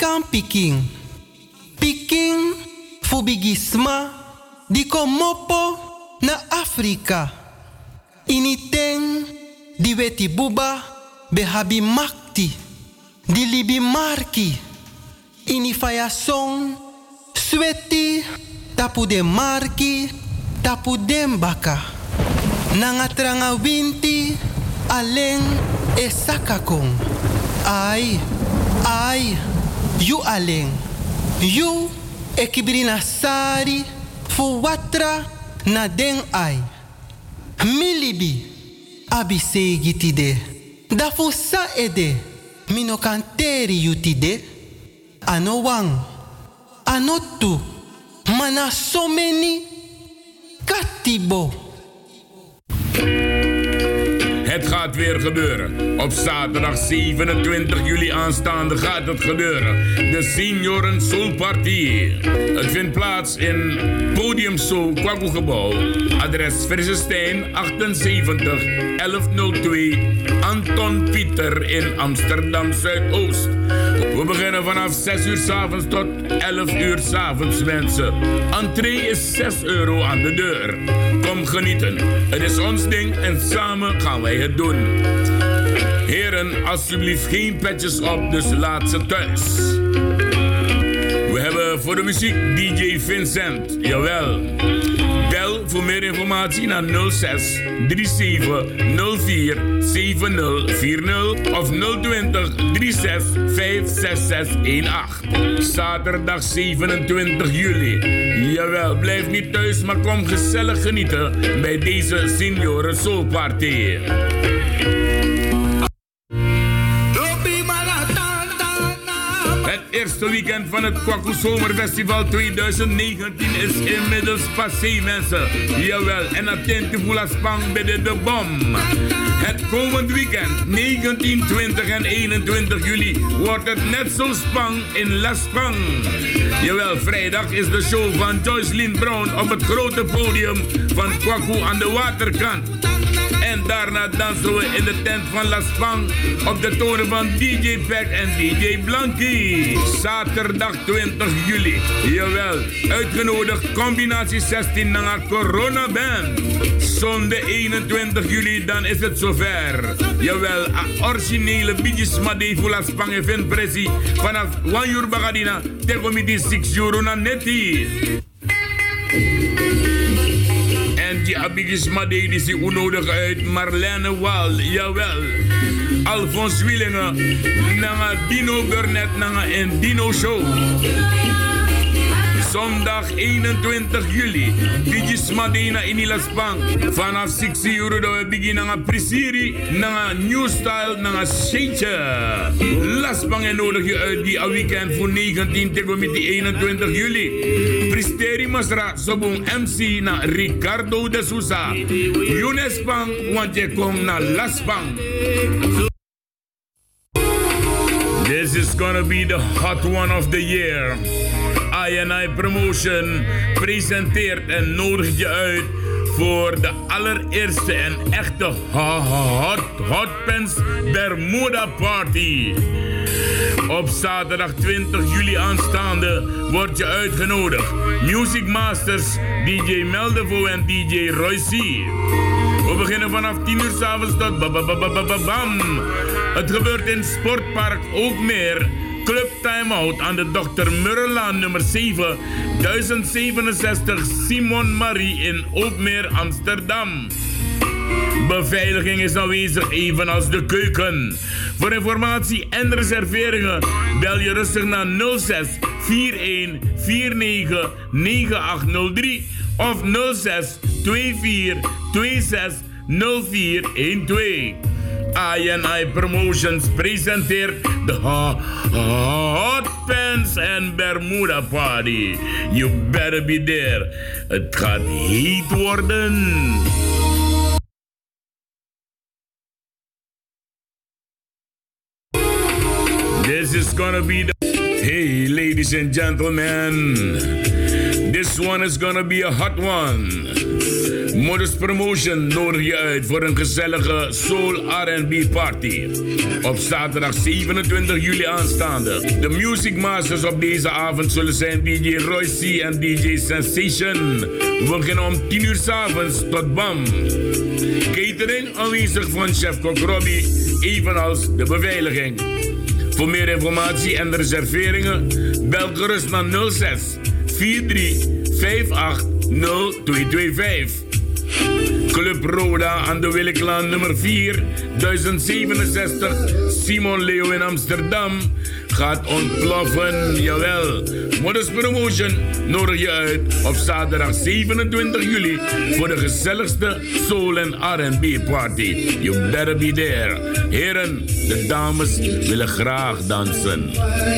kan piking. Piking fubigisma di komopo na Afrika. Initeng di weti buba behabi makti. Di libi marki. Ini faya song sweti tapu de marki tapu den baka. Nanga tranga winti aleng e sakakong. Ai, you aleng. You ekibrina sari fu watra na den ai. Milibi abisegi tide. Da fu sa ede mino kanteri yutide. Ano wang, ano tu, mana so many katibo. Het gaat weer gebeuren. Op zaterdag 27 juli aanstaande gaat het gebeuren. De Senioren Soul Party. Het vindt plaats in Podium Soul Kwaku Gebouw. Adres Versestein 78 1102 Anton Pieter in Amsterdam Zuidoost. We beginnen vanaf 6 uur 's avonds tot 11 uur 's avonds, mensen. Entree is €6 aan de deur. Kom genieten. Het is ons ding en samen gaan wij het doen. Heren, alsjeblieft geen petjes op, dus laat ze thuis. We hebben voor de muziek DJ Vincent, jawel. Bel voor meer informatie naar 06 37 04 7040 of 020 36 56618. Zaterdag 27 juli. Jawel, blijf niet thuis, maar kom gezellig genieten bij deze Senioren Soul Party. Het eerste weekend van het Kwaku Zomerfestival 2019 is inmiddels passé, mensen. Jawel, en attent voor Spang bij de bom. Het komend weekend, 19, 20 en 21 juli, wordt het net zo spang in La Spang. Jawel, vrijdag is de show van Joycelyn Brown op het grote podium van Kwaku aan de waterkant. En daarna dansen we in de tent van La Spang op de tonen van DJ Pack en DJ Blankie. Zaterdag 20 juli. Jawel, uitgenodigd combinatie 16 naar Corona Band. Zondag 21 juli, dan is het zover. Jawel, originele bidjes Madei voor La Spang event pressie vanaf 1 uur bagadina tegen midi 6 euro na netti. En die abigis Madei die zich onnodig uit Marlene Wal, jawel. Alphonse Willingen, nanga Dino Burnett, nanga en Dino Show. Zondag 21 juli, Bigis Madina in Ilaspang. Vanaf 6 euro dat we beginnen naar Prisiri, naar New Style, naar Sheetje. Laspang en nodig je uit die weekend voor 19 tegen met die 21 juli. Pristeri Masra, Sobong MC naar Ricardo de Sousa. Younespang, want je komt naar Laspang. This is gonna be the hot one of the year. I Promotion presenteert en nodigt je uit voor de allereerste en echte Hot Pants Bermuda Party. Op zaterdag 20 juli aanstaande word je uitgenodigd. Music Masters, DJ Meldevo en DJ Royce. We beginnen vanaf 10 uur 's avonds tot bam. Het gebeurt in Sportpark Ookmeer. Club Time Out aan de Dr. Murrelaan nummer 7, 1067 Simon Marie in Ookmeer, Amsterdam. Beveiliging is aanwezig, evenals de keuken. Voor informatie en reserveringen bel je rustig naar 06 41 49 9803 of 06 24 26 0412. I Promotions presenteert de Hot Pants and Bermuda Party. You better be there. Het gaat heet worden. This is gonna be the... Hey, ladies and gentlemen. This one is gonna be a hot one. Modus Promotion nodig je uit voor een gezellige Soul R&B party. Op zaterdag 27 juli aanstaande. De Music Masters op deze avond zullen zijn DJ Royce en DJ Sensation. We beginnen om 10 uur 's avonds tot BAM. Catering aanwezig van chef Kok Robbie, evenals de beveiliging. Voor meer informatie en reserveringen bel gerust naar 06 43 58 0225. Club Roda aan de Willeklaan nummer 4, 1067, Simon Leo in Amsterdam. Gaat ontploffen, jawel. Modus Promotion nodig je uit op zaterdag 27 juli voor de gezelligste soul en R&B party. You better be there. Heren, de dames willen graag dansen.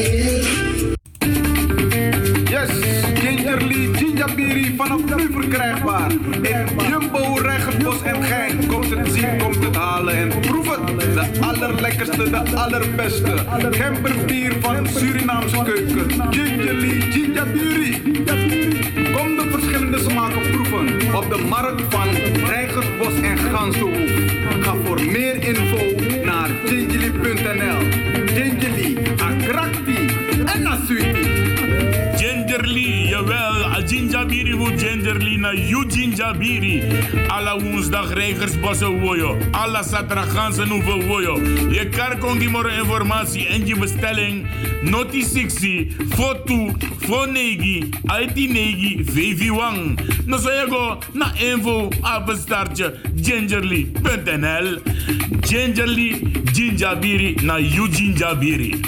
Yes, Gingerly Ginjabiri vanaf nu verkrijgbaar. In Jumbo, Regenbos en Gein. Komt het zien, komt het halen en proef het. De allerlekkerste, de allerbeste. Gemberbier van Surinaamse keuken. Gingerly Ginjabiri. Kom de verschillende smaken proeven. Op de markt van Rijgersbos en Gansenhoef. Ga voor meer info naar gingerly.nl. Gingerly, Akrakti en Nasuiti. Gingerly, jawel, a Ginjabiri wo Gingerly na you Ginjabiri. Alla woensdag Rijgersbossen woyo, alla satragansen hoeven woyo. Je kan kongi more informatie en je bestelling. Noti 60, foto, fonegi, IT9, VV1. No so je go na info, apenstaartje, gingerly.nl. Gingerly, Ginjabiri na you Ginjabiri.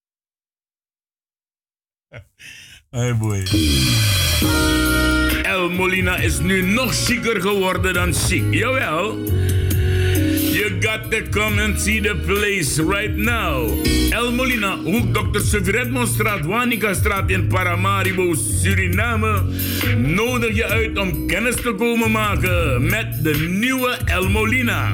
Hey boy. El Molina is nu nog chiquer geworden dan chic. Jawel. You got to come and see the place right now. El Molina, hoek Dr. Sufie Redmondstraat, Wanikastraat in Paramaribo, Suriname, nodig je uit om kennis te komen maken met de nieuwe El Molina.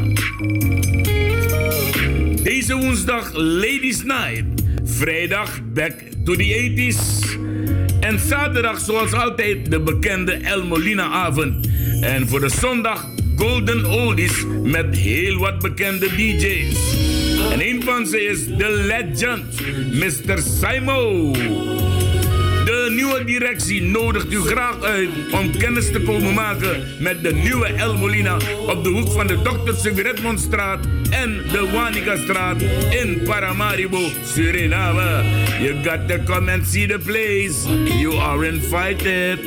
Deze woensdag Ladies Night. Vrijdag Back to the 80s. En zaterdag zoals altijd de bekende El Molina avond. En voor de zondag Golden Oldies met heel wat bekende DJ's. En een van ze is The Legend, Mr. Simo. De nieuwe directie nodigt u graag uit om kennis te komen maken met de nieuwe El Molina op de hoek van de Dr. Sufie Redmondstraat en de Wanikastraat in Paramaribo, Suriname. You got to come and see the place. You are invited.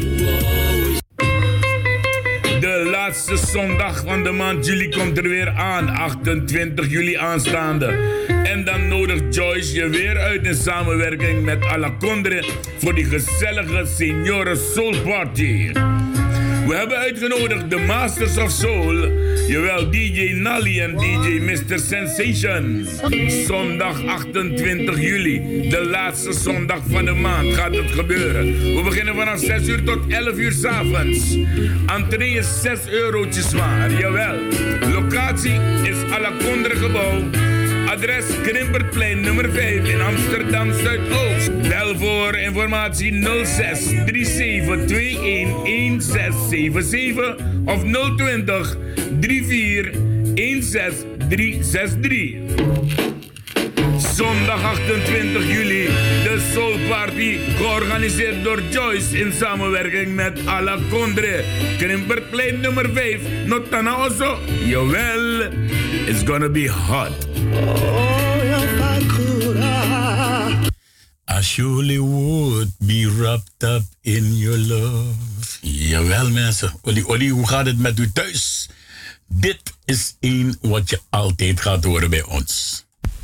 De laatste zondag van de maand juli komt er weer aan, 28 juli aanstaande. En dan nodigt Joyce je weer uit in samenwerking met Alakondre voor die gezellige Senioren Soul Party. We hebben uitgenodigd de Masters of Soul, jawel DJ Nally en DJ Mr. Sensation. Zondag 28 juli, de laatste zondag van de maand gaat het gebeuren. We beginnen vanaf 6 uur tot 11 uur 's avonds. Entree is €6 zwaar, jawel. Locatie is Alakondre gebouw. Adres Krimpertplein nummer 5 in Amsterdam Zuidoost. Bel voor informatie 06 37 21 1677 of 020 34 16 363. Zondag 28 juli, de Soul Party, georganiseerd door Joyce in samenwerking met Alakondre. Krimpertplein nummer 5, Notana Osso. Jawel, it's gonna be hot. I surely would be wrapped up in your love. Jawel mensen, Oli, hoe gaat het met u thuis? Dit is één wat je altijd gaat horen bij ons.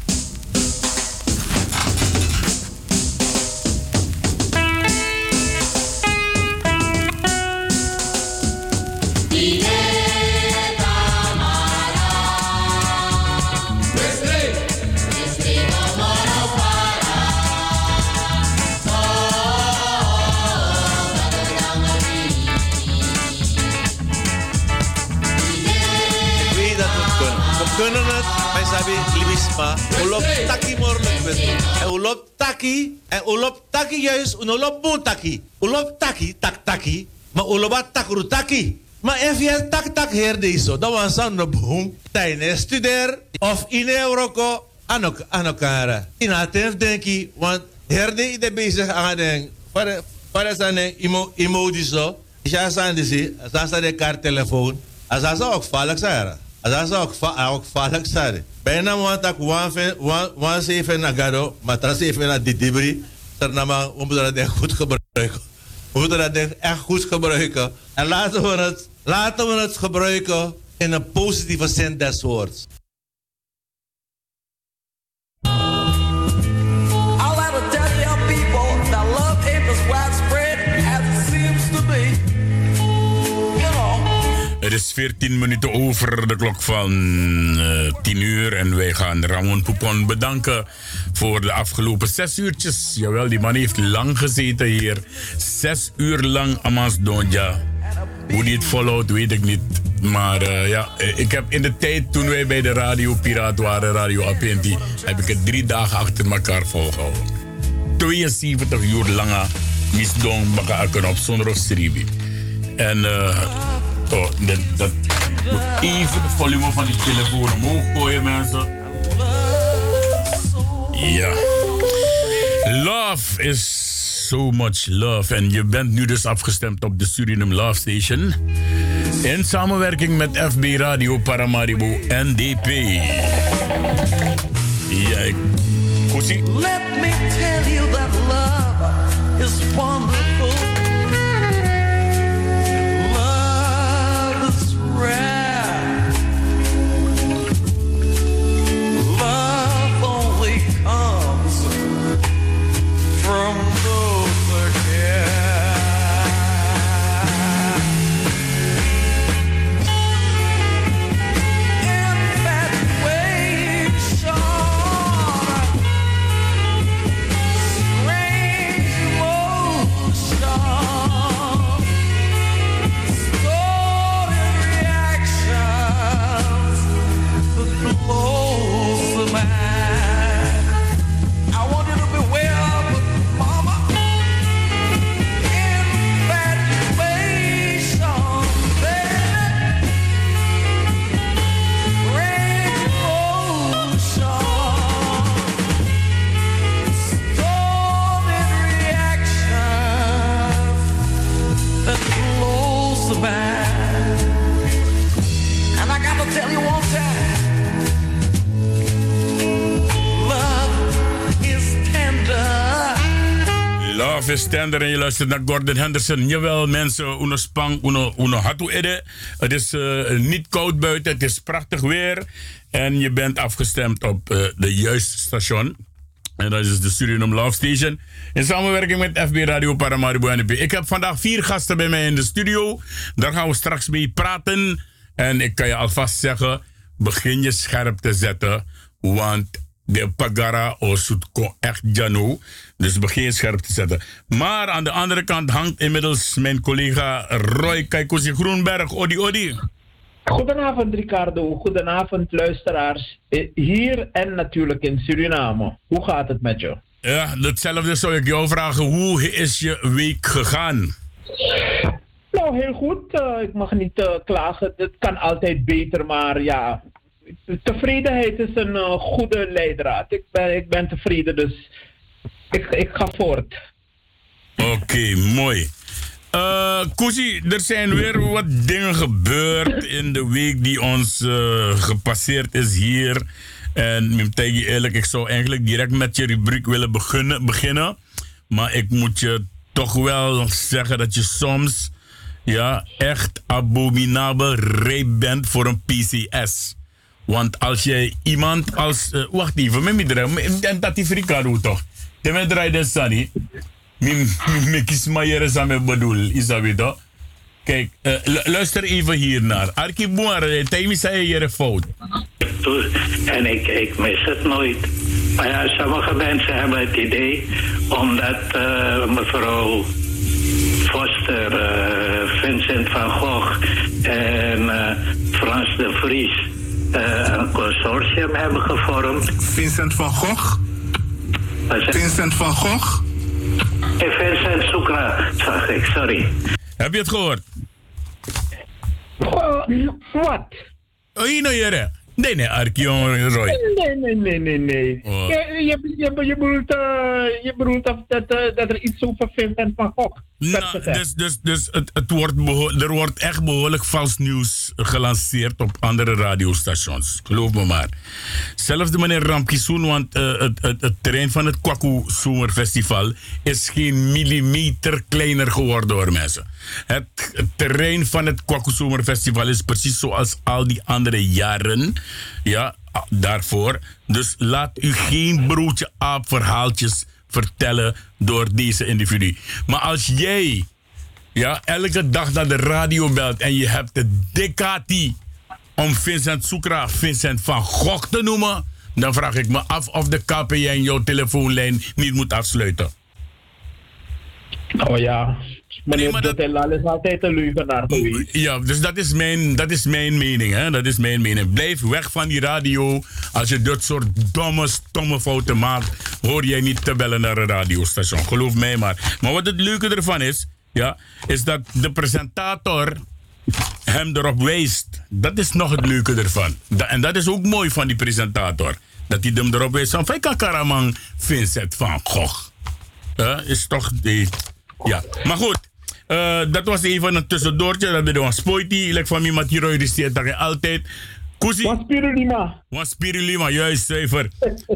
Kunnen het, wij zijn libisma. Ulop taki morgen met. En ulop taki juist, ulop boetaki. Ulop taki, tak taki, maar uloba takru taki. Maar als je tak herde iso, dan was aan de boom. Tijdens studeer of in Euroko aan elkaar. In het denk ik, want herde is bezig aan den. Para zijn emoties zo. Ja, zijn die als de kaarttelefoon. Als ook vallig zijn. Als ook vallig zijn. Bijna want ik one zeven naar Gado, maar tras even naar die debris. We moeten dat goed gebruiken. We moeten dat echt goed gebruiken. En laten we het gebruiken in een positieve zin des woords. Het is 14 minuten over de klok van 10 uur en wij gaan Ramon Poupon bedanken voor de afgelopen 6 uurtjes. Jawel, die man heeft lang gezeten hier. 6 uur lang Amas Donja. Hoe die het volhoudt, weet ik niet. Maar ik heb in de tijd toen wij bij de Radio Piraat waren, Radio Apenti, heb ik het 3 dagen achter elkaar volgehouden. 72 uur lang misdong baka op zonder of stribi. En dat even het volume van die telefoon omhoog gooien, mensen. Ja. Love is so much love. En je bent nu dus afgestemd op de Suriname Love Station. In samenwerking met FB Radio Paramaribo NDP. Ja, Koesie. Let me tell you that love is wonderful. Love is tender en je luistert naar Gordon Henderson. Jawel mensen, uno spang, uno hatu ede. Het is niet koud buiten, het is prachtig weer. En je bent afgestemd op de juiste station. En dat is de Suriname Love Station. In samenwerking met FB Radio Paramaribo NDP. Ik heb vandaag 4 gasten bij mij in de studio. Daar gaan we straks mee praten. En ik kan je alvast zeggen, begin je scherp te zetten. Want de Pagara Osutko echt Jano. Dus begin scherp te zetten. Maar aan de andere kant hangt inmiddels mijn collega Roy Kaikosi Groenberg. Odi. Goedenavond Ricardo, goedenavond luisteraars. Hier en natuurlijk in Suriname. Hoe gaat het met je? Ja, hetzelfde zou ik jou vragen. Hoe is je week gegaan? Nou, heel goed. Ik mag niet klagen. Het kan altijd beter, maar ja... Tevredenheid is een goede leidraad. Ik ben tevreden, dus ik ga voort. Oké, mooi. Koesie, er zijn weer wat dingen gebeurd in de week die ons gepasseerd is hier. En ik zeg je eerlijk, ik zou eigenlijk direct met je rubriek willen beginnen. Maar ik moet je toch wel zeggen dat je soms echt abominabel rijp bent voor een PCS. Want als je iemand als... wacht even, met dat die Frika doet toch? Te draai de sani. Me kies maar jere samen bedoel, is dat weer toch? Kijk, luister even hier naar. Arki Boer, Taimi zei je fout. En ik mis het nooit. Maar ja, sommige mensen hebben het idee, omdat mevrouw Foster, Vincent van Gogh en Frans de Vries een consortium hebben gevormd. Vincent van Gogh? Vincent van Gogh? Vincent Soekra, zag ik, sorry. Heb je het gehoord? Wat? Oh, je nou jere? Nee, Arkion Roy. Nee. Oh. Je bedoelt dat er iets over Vincent van Gogh werd Nou, gezegd. dus er wordt echt behoorlijk vals nieuws gelanceerd op andere radiostations. Geloof me maar. Zelfs de meneer Ramkisoen, want het terrein van het Kwaku Zomerfestival is geen millimeter kleiner geworden, hoor mensen. Het terrein van het Kwaku Zomerfestival is precies zoals al die andere jaren. Ja, daarvoor. Dus laat u geen broodje aap verhaaltjes vertellen door deze individu. Maar als jij elke dag naar de radio belt en je hebt de dekati om Vincent Soekra Vincent van Gogh te noemen, dan vraag ik me af of de KPN jouw telefoonlijn niet moet afsluiten. Oh ja, meneer maar dat- Dotelal is altijd een leugenaar geweest. Ja, dus dat is mijn mening. Hè? Dat is mijn mening. Blijf weg van die radio. Als je dat soort stomme fouten maakt, hoor jij niet te bellen naar een radiostation. Geloof mij maar. Maar wat het leuke ervan is, is dat de presentator hem erop wijst. Dat is nog het leuke ervan. En dat is ook mooi van die presentator. Dat hij hem erop wijst van Feka Karamang Vincent van Gogh. Is toch die... Ja, maar goed. Dat was even een tussendoortje. Dat we een spoitie. Like van mij met die rooi resteert dat je altijd. Kusi. Was spirulima, juist, zuiver.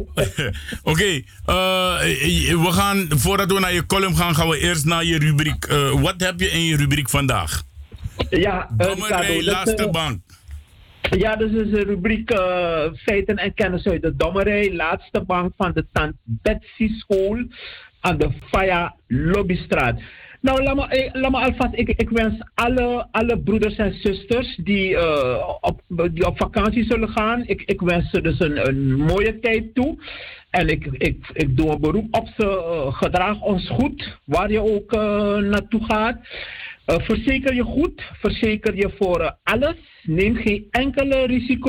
Oké, we gaan, voordat we naar je column gaan we eerst naar je rubriek. Wat heb je in je rubriek vandaag? Ja, Dommerij, laatste bank. Ja, dus is een rubriek feiten en kennis uit de Dommerij, laatste bank van de Tant Betsy School aan de Faya Lobbystraat. Nou, laat me alvast, ik wens alle broeders en zusters die op vakantie zullen gaan, ik wens ze dus een mooie tijd toe. En ik doe een beroep op ze, gedraag ons goed, waar je ook naartoe gaat. Verzeker je goed, verzeker je voor alles. Neem geen enkele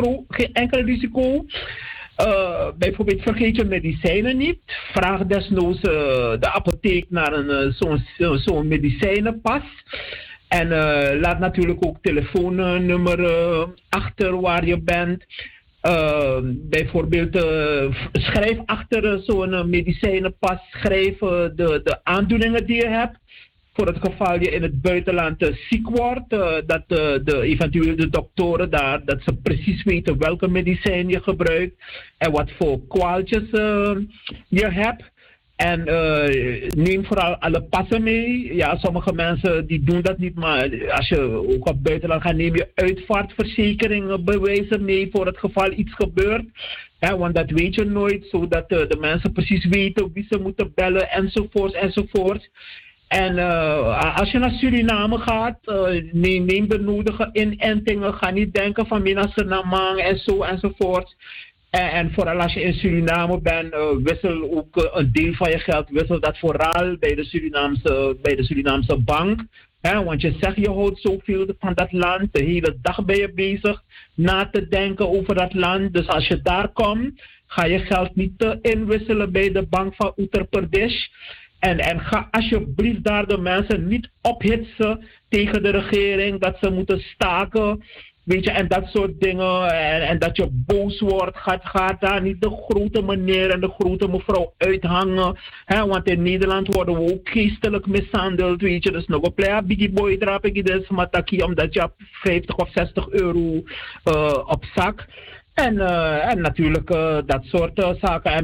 risico. Bijvoorbeeld vergeet je medicijnen niet. Vraag desnoods de apotheek naar zo'n medicijnenpas. En laat natuurlijk ook telefoonnummer achter waar je bent. Bijvoorbeeld schrijf achter zo'n medicijnenpas schrijf de aandoeningen die je hebt. Voor het geval je in het buitenland ziek wordt, dat eventueel de doktoren daar, dat ze precies weten welke medicijn je gebruikt en wat voor kwaaltjes je hebt. En neem vooral alle passen mee. Ja, sommige mensen die doen dat niet, maar als je ook op buitenland gaat, neem je uitvaartverzekering bewijzen mee voor het geval iets gebeurt. Ja, want dat weet je nooit, zodat de mensen precies weten wie ze moeten bellen enzovoort. En als je naar Suriname gaat, neem de nodige inentingen. Ga niet denken van Minas Namang en zo enzovoort. En vooral als je in Suriname bent, wissel ook een deel van je geld. Wissel dat vooral bij de Surinaamse bank. Want je zegt je houdt zoveel van dat land. De hele dag ben je bezig na te denken over dat land. Dus als je daar komt, ga je geld niet inwisselen bij de bank van Uttar Pradesh. En ga alsjeblieft daar de mensen niet ophitsen tegen de regering, dat ze moeten staken, weet je, en dat soort dingen. En dat je boos wordt, gaat daar niet de grote meneer en de grote mevrouw uithangen. Want in Nederland worden we ook geestelijk mishandeld, weet je. Dus nog een playa biggie boy drap ik dus mataki, omdat je 50 of 60 euro op zak. En natuurlijk dat soort zaken.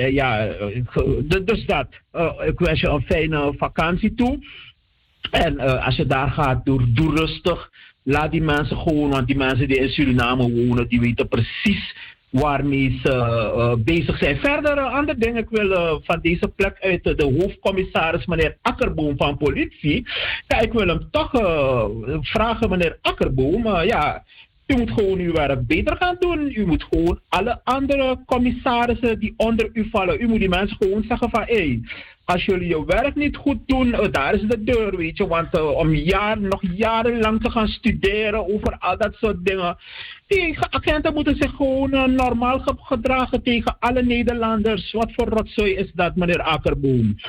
Dus dat. Ik wens je een fijne vakantie toe. En als je daar gaat, doe rustig. Laat die mensen gewoon, want die mensen die in Suriname wonen, die weten precies waarmee ze bezig zijn. Verder, andere dingen. Ik wil van deze plek uit de hoofdcommissaris, meneer Akkerboom van politie. Ja, ik wil hem toch vragen, meneer Akkerboom. U moet gewoon uw werk beter gaan doen. U moet gewoon alle andere commissarissen die onder u vallen, u moet die mensen gewoon zeggen van als jullie je werk niet goed doen, daar is de deur, weet je. Want om nog jarenlang te gaan studeren over al dat soort dingen. Die agenten moeten zich gewoon normaal gedragen tegen alle Nederlanders. Wat voor rotzooi is dat, meneer Akkerboom?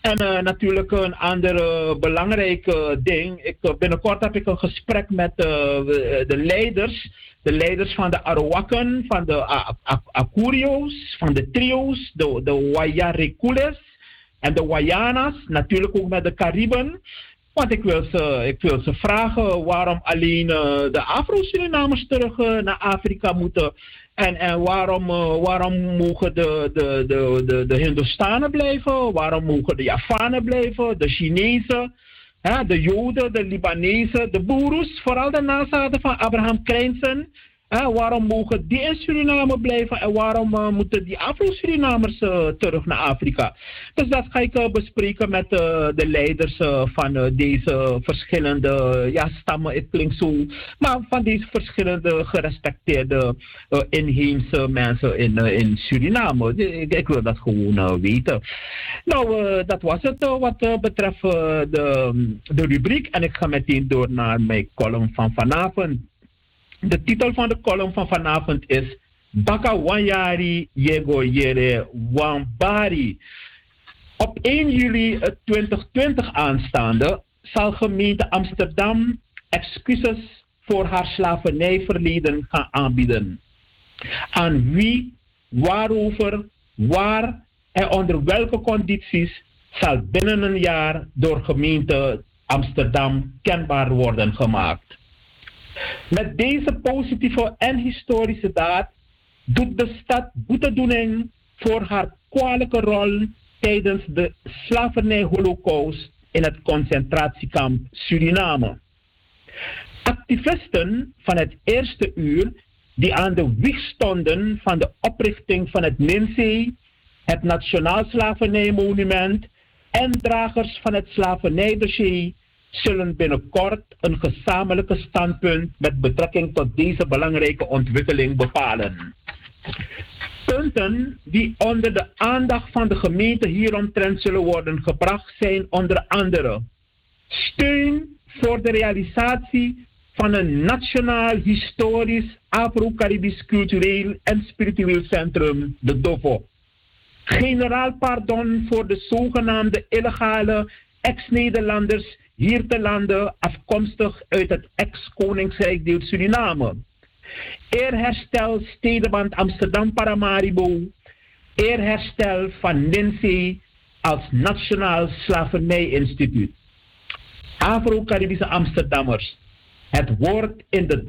En natuurlijk een ander belangrijk ding. Binnenkort heb ik een gesprek met de leiders. De leiders van de Arawakan, van de Akurios, van de Trio's, de Wayaricules en de Wayanas. Natuurlijk ook met de Cariben. Want ik wil ze vragen waarom alleen de Afro-Surinamers terug naar Afrika moeten. En waarom mogen de Hindoestanen blijven? Waarom mogen de Javanen blijven? De Chinezen, de Joden, de Libanezen, de Boeroes, vooral de nazaten van Abraham Krijnsen. Waarom mogen die in Suriname blijven en waarom moeten die Afro-Surinamers terug naar Afrika? Dus dat ga ik bespreken met de leiders van deze verschillende stammen. Het klinkt zo, maar van deze verschillende gerespecteerde inheemse mensen in Suriname. Ik wil dat gewoon weten. Nou, dat was het wat betreft de rubriek. En ik ga meteen door naar mijn column van vanavond. De titel van de column van vanavond is Baka Wanyari Yego Yere Wambari. Op 1 juli 2020 aanstaande zal gemeente Amsterdam excuses voor haar slavernijverleden gaan aanbieden. Aan wie, waarover, waar en onder welke condities zal binnen een jaar door gemeente Amsterdam kenbaar worden gemaakt. Met deze positieve en historische daad doet de stad boetedoening voor haar kwalijke rol tijdens de slavernij-holocaust in het concentratiekamp Suriname. Activisten van het eerste uur die aan de wieg stonden van de oprichting van het NINSE, het Nationaal Slavernijmonument en dragers van het slavernijdossier zullen binnenkort een gezamenlijke standpunt met betrekking tot deze belangrijke ontwikkeling bepalen. Punten die onder de aandacht van de gemeente hieromtrent zullen worden gebracht zijn onder andere steun voor de realisatie van een nationaal historisch Afro-Caribisch cultureel en spiritueel centrum, de DOVO. Generaal pardon voor de zogenaamde illegale ex-Nederlanders hier te landen afkomstig uit het ex-Koningsrijk deel Suriname. Eerherstel Stedenband Amsterdam Paramaribo. Eerherstel van NINSE als Nationaal Slavernij-instituut. Afro-Caribische Amsterdammers. Het woord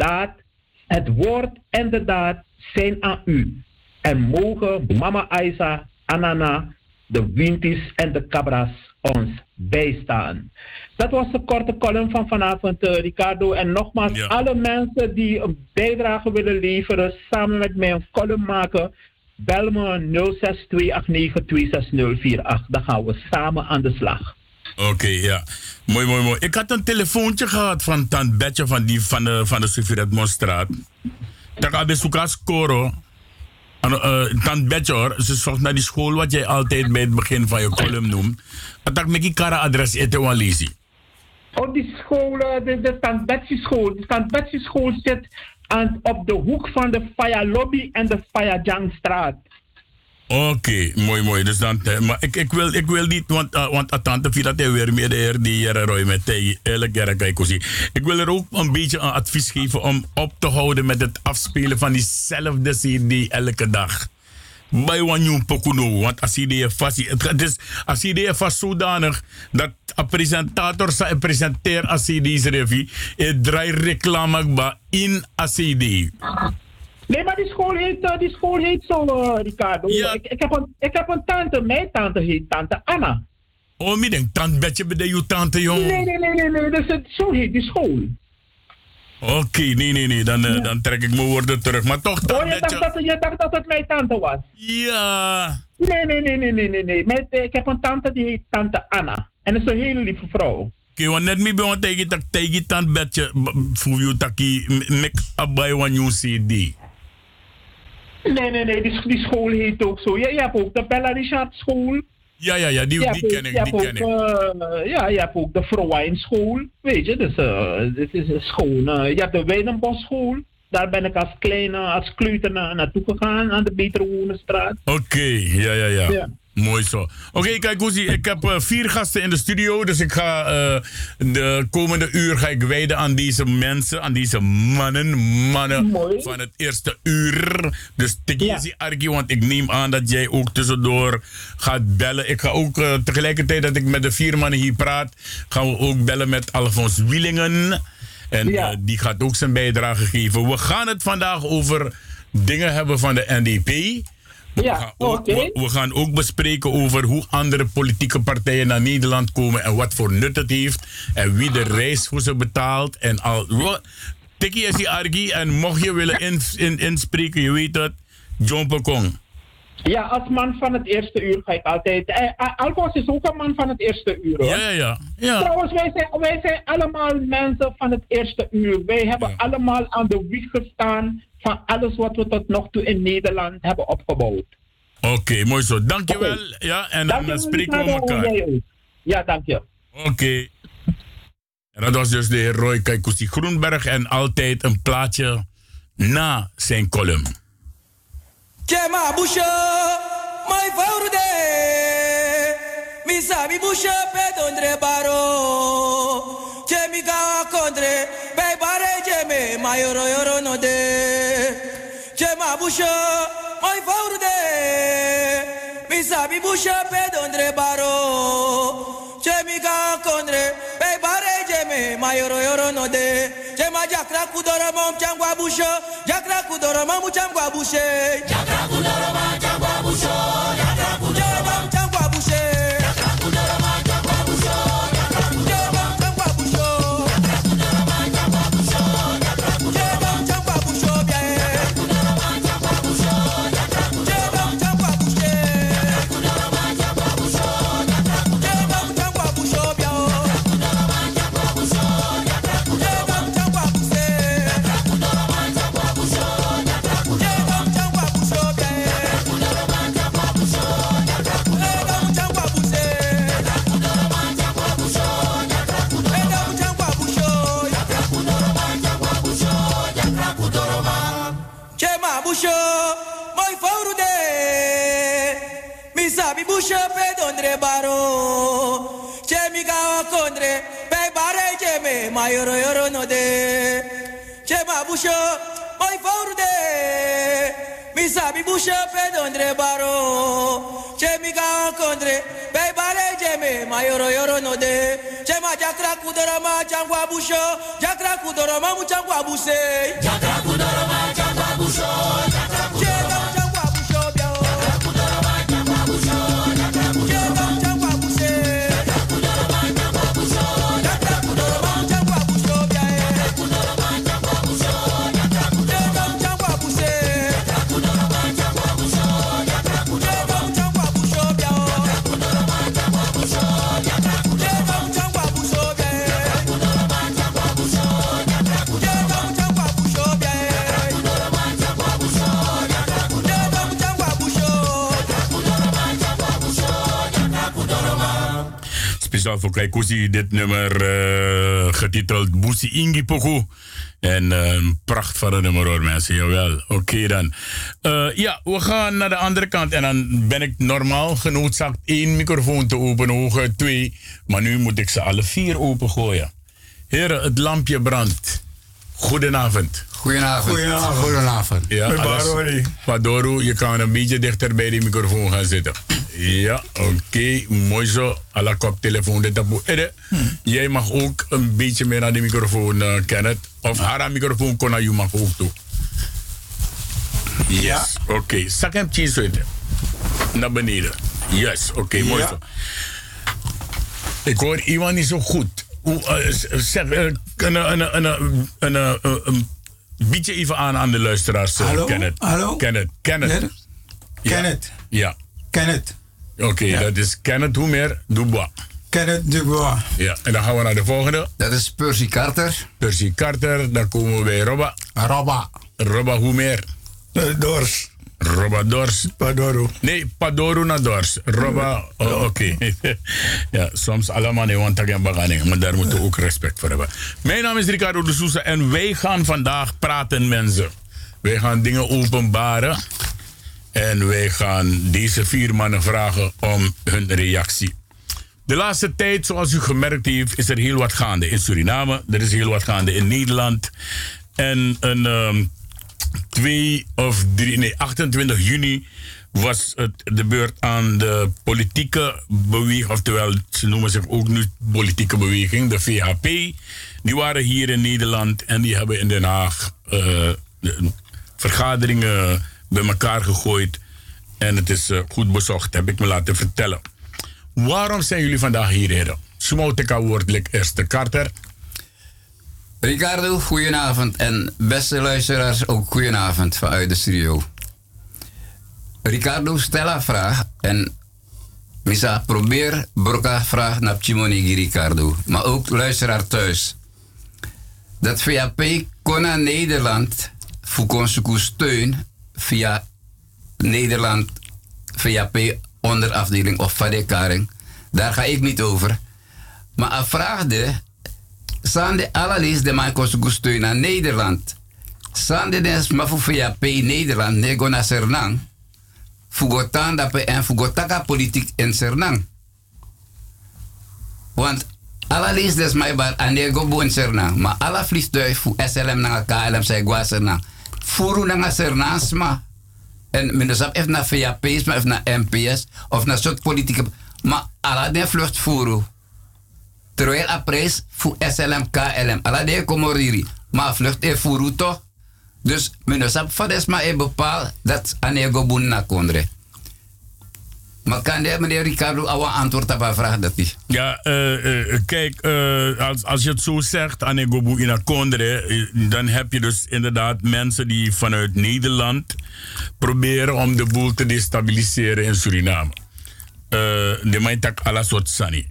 en de daad zijn aan u. En mogen Mama Aisa, Anana, de Wintis en de Cabras ons bijstaan. Dat was de korte column van vanavond, Ricardo. En nogmaals, alle mensen die een bijdrage willen leveren, samen met mij een column maken, bel me 0628926048. Dan gaan we samen aan de slag. Oké, ja. Mooi. Ik had een telefoontje gehad van Tant Betje van de Suffiret-Monstraat. Dat ik bezoek aan Scoro. Tant Betje hoor, ze zocht naar die school wat jij altijd bij het begin van je column noemt. Dat ik met die kara-adres eten wel lezen. Oh, die school, de Tant Betje school. De Tant Betje school zit op de hoek van de Faya Lobby en de Faya Jangstraat. Oké, mooi. Dus dan, maar ik wil niet, want tante Vira te weer meer de heer die Roy met tegen elke keer kijken. Ik wil er ook een beetje een advies geven om op te houden met het afspelen van diezelfde CD elke dag. Bij Wanyu Pokuno, want als je vast zodanig dat een presentator zou presenteren als CD's review, het draait reclame in een CD. Nee, maar die school heet zo, Ricardo. Ja. Ik heb een tante, mijn tante heet tante Anna. Oh, ik denk, tante Betje bij je tante, jong. Nee, dus zo heet die school. Oké, nee, dan trek ik mijn woorden terug. Maar toch, tante je dacht dat het mijn tante was? Ja. Nee. Ik heb een tante die heet tante Anna. En dat is een hele lieve vrouw. Oké, want net me ben tegen tante Betje, voor je taki, mek abay wan je CD. Nee, die school heet ook zo. Je hebt ook de Bella Richard school. Ja, die ken ik. Je hebt ook de Vrouwijn school. Weet je, dus dit is een school. Je hebt de Weidenbos school. Daar ben ik als kleuter naartoe gegaan, aan de Betere Woonenstraat. Oké, ja. Mooi zo. Oké, kijk Koesie, ik heb 4 gasten in de studio. Dus ik ga de komende uur ga ik wijden aan deze mensen, aan deze mannen Mooi. van het eerste uur. Dus Tikisi Arki, want ik neem aan dat jij ook tussendoor gaat bellen. Ik ga ook tegelijkertijd dat ik met de 4 mannen hier praat, gaan we ook bellen met Alfons Wielingen. En die gaat ook zijn bijdrage geven. We gaan het vandaag over dingen hebben van de NDP. We gaan ook bespreken over hoe andere politieke partijen naar Nederland komen en wat voor nut het heeft en wie de reis voor ze betaalt en al. Tikkie is die Argi en mocht je willen inspreken, je weet het, John Pekong. Ja, als man van het eerste uur ga ik altijd. Alfons is ook een man van het eerste uur, hoor. Ja. Trouwens, wij zijn allemaal mensen van het eerste uur. Wij hebben allemaal aan de wieg gestaan van alles wat we tot nog toe in Nederland hebben opgebouwd. Oké, mooi zo. Dankjewel. Okay. Ja, en dan spreken we elkaar. Ja, dank je. Oké. En dat was dus de heer Roy Kaikousi Groenberg en altijd een plaatje na zijn column. Chema busha, my faurde. Mi sabi busha pedondre baro. Chemi gawa kondre, bij bare cheme, my yoro no de. Chema busha, my faurde. Mi sabi busha pedondre baro. Chemi gawa kondre, bij bare cheme, my yoro no de. Chema jakra kudoro mom changwa busha, jakra kudoro mom changwa bushe. Jakra kudoro mom changwa busho, jakra kudoro mom changwa bushe. Jakra kudoro mom changwa busho, jakra kudoro mom changwa busho. Jakra kudoro mom changwa busho, jakra kudoro mom changwa busho bia. Jakra kudoro mom changwa busho, jakra kudoro mom changwa bushe. Jakra kudoro mom changwa busho, jakra kudoro mom changwa busho bia. Jakra kudoro mom changwa busho, jakra kudoro mom changwa bushe. Jakra kudoro mom changwa busho, jakra kudoro mom changwa busho bia. Jakra kudoro mom changwa busho, jakra kudoro mom changwa bushe. Jakra kudoro mom changwa busho, jakra kudoro mom changwa busho. Jakra kudoro mom changwa busho, jakra kudoro mom chema busho, moi faurude. Mi sabi busho pedondre baro. Chemi gawa kondre, pe bare cheme, ma yoro no de. Chema busho, moi faurude. Mi sabi busho pedondre baro. Chemi gawa kondre, pe bare cheme, ma yoro no de. Chema jakra kudoro ma changwa busho, jakra kudoro ma mu changwa buse. Jakra kudoro ma changwa busho, jakra kudoro ma changwa busho bia. Jakra kudoro ma changwa busho, jakra kudoro ma changwa buse. Jakra kudoro ma changwa busho, jakra kudoro ma changwa busho bia. Jakra kudoro ma changwa busho, jakra kudoro ma changwa buse. Jakra kudoro ma changwa busho, jakra kudoro ma changwa busho bia. Jakra kudoro ma changwa busho, jakra kudoro ma changwa busho bia. Jakra kudoro ma changwa busho, jakra kudoro ma changwa busho bia. Jakra kudoro ma changwa busho, jakra kudoro ma changwa busho. Jakra kudoro ma changwa busho, jakra kudoro ma. Speciaal voor Kaikousi dit nummer getiteld Busi Ingi Poku. En een pracht van een nummer hoor mensen, jawel. Oké dan. Ja, we gaan naar de andere kant. En dan ben ik normaal genoodzaakt 1 microfoon te openen, hooguit 2. Maar nu moet ik ze alle 4 opengooien. Heren, het lampje brandt. Goedenavond. Goedenavond. Ja, Padoru, je kan een beetje dichter bij die microfoon gaan zitten. Ja, oké, mooi zo. À la koptelefoon dit op. Jij mag ook een beetje meer naar die microfoon, Kenneth. Of haar microfoon kon naar je mag ook toe. Yes, ja. Oké. Zak hem cheese naar beneden. Yes, oké, mooi zo. Ik hoor iemand niet zo goed. Zeg, een beetje even aan de luisteraars, Kenneth. Hallo? Kenneth. Kenneth. Ja. Kenneth. Oké, ja. Dat is Kenneth hoe meer? Dubois. Kenneth Dubois. Ja, en dan gaan we naar de volgende. Dat is Percy Carter. Percy Carter, dan komen we bij Robba. Robba hoe meer? Dors. Robba Dors. Padoru. Nee, Padoru naar Dors. Robba, oké. Ja, soms allemaal niet want ik baganing, maar daar moeten we ook respect voor hebben. Mijn naam is Ricardo de Sousa en wij gaan vandaag praten, mensen. Wij gaan dingen openbaren. En wij gaan deze 4 mannen vragen om hun reactie. De laatste tijd, zoals u gemerkt heeft, is er heel wat gaande in Suriname. Er is heel wat gaande in Nederland. En 28 juni was het de beurt aan de politieke beweging, oftewel ze noemen zich ook nu politieke beweging, de VHP. Die waren hier in Nederland en die hebben in Den Haag vergaderingen bij elkaar gegooid. En het is goed bezocht, heb ik me laten vertellen. Waarom zijn jullie vandaag hier, heren? Smouteka woordelijk eerste Carter. Ricardo, goedenavond. En beste luisteraars, ook goedenavond vanuit de studio. Ricardo, stel een vraag. En Misa, probeer broka vraag naar Chimonigi Ricardo. Maar ook luisteraar thuis. Dat VAP kon naar Nederland voor consuku steun via Nederland VAP onderafdeling of vadekaring. Daar ga ik niet over. Maar een vraag Sande allerlees de man consuku steun naar Nederland. Sande des maar voor VAP Nederland nego naar Sernang. Fugotan dape en fugotaka politiek in Sernang. Want allerlees des mij bar anego bo in Sernang. Maar alle vliegtuig voor SLM naar KLM zei gwa Sernang. Furu naar Sernang sma. En men dus even naar VAP's, maar even naar MPS of naar soort politieke. Maar alle den vlucht furu. Terwijl a prijs voor SLM, KLM. Alle den komoriri. Maar vlucht e furu toch. Dus men dus van desma e bepaal dat anego boen na kondre. Maar kan de meneer Ricardo awa antwoord op haar vraag dat is? Ja, kijk, als je het zo zegt, anego boen na kondre, dan heb je dus inderdaad mensen die vanuit Nederland proberen om de boel te destabiliseren in Suriname. De mijntak ala soort sani.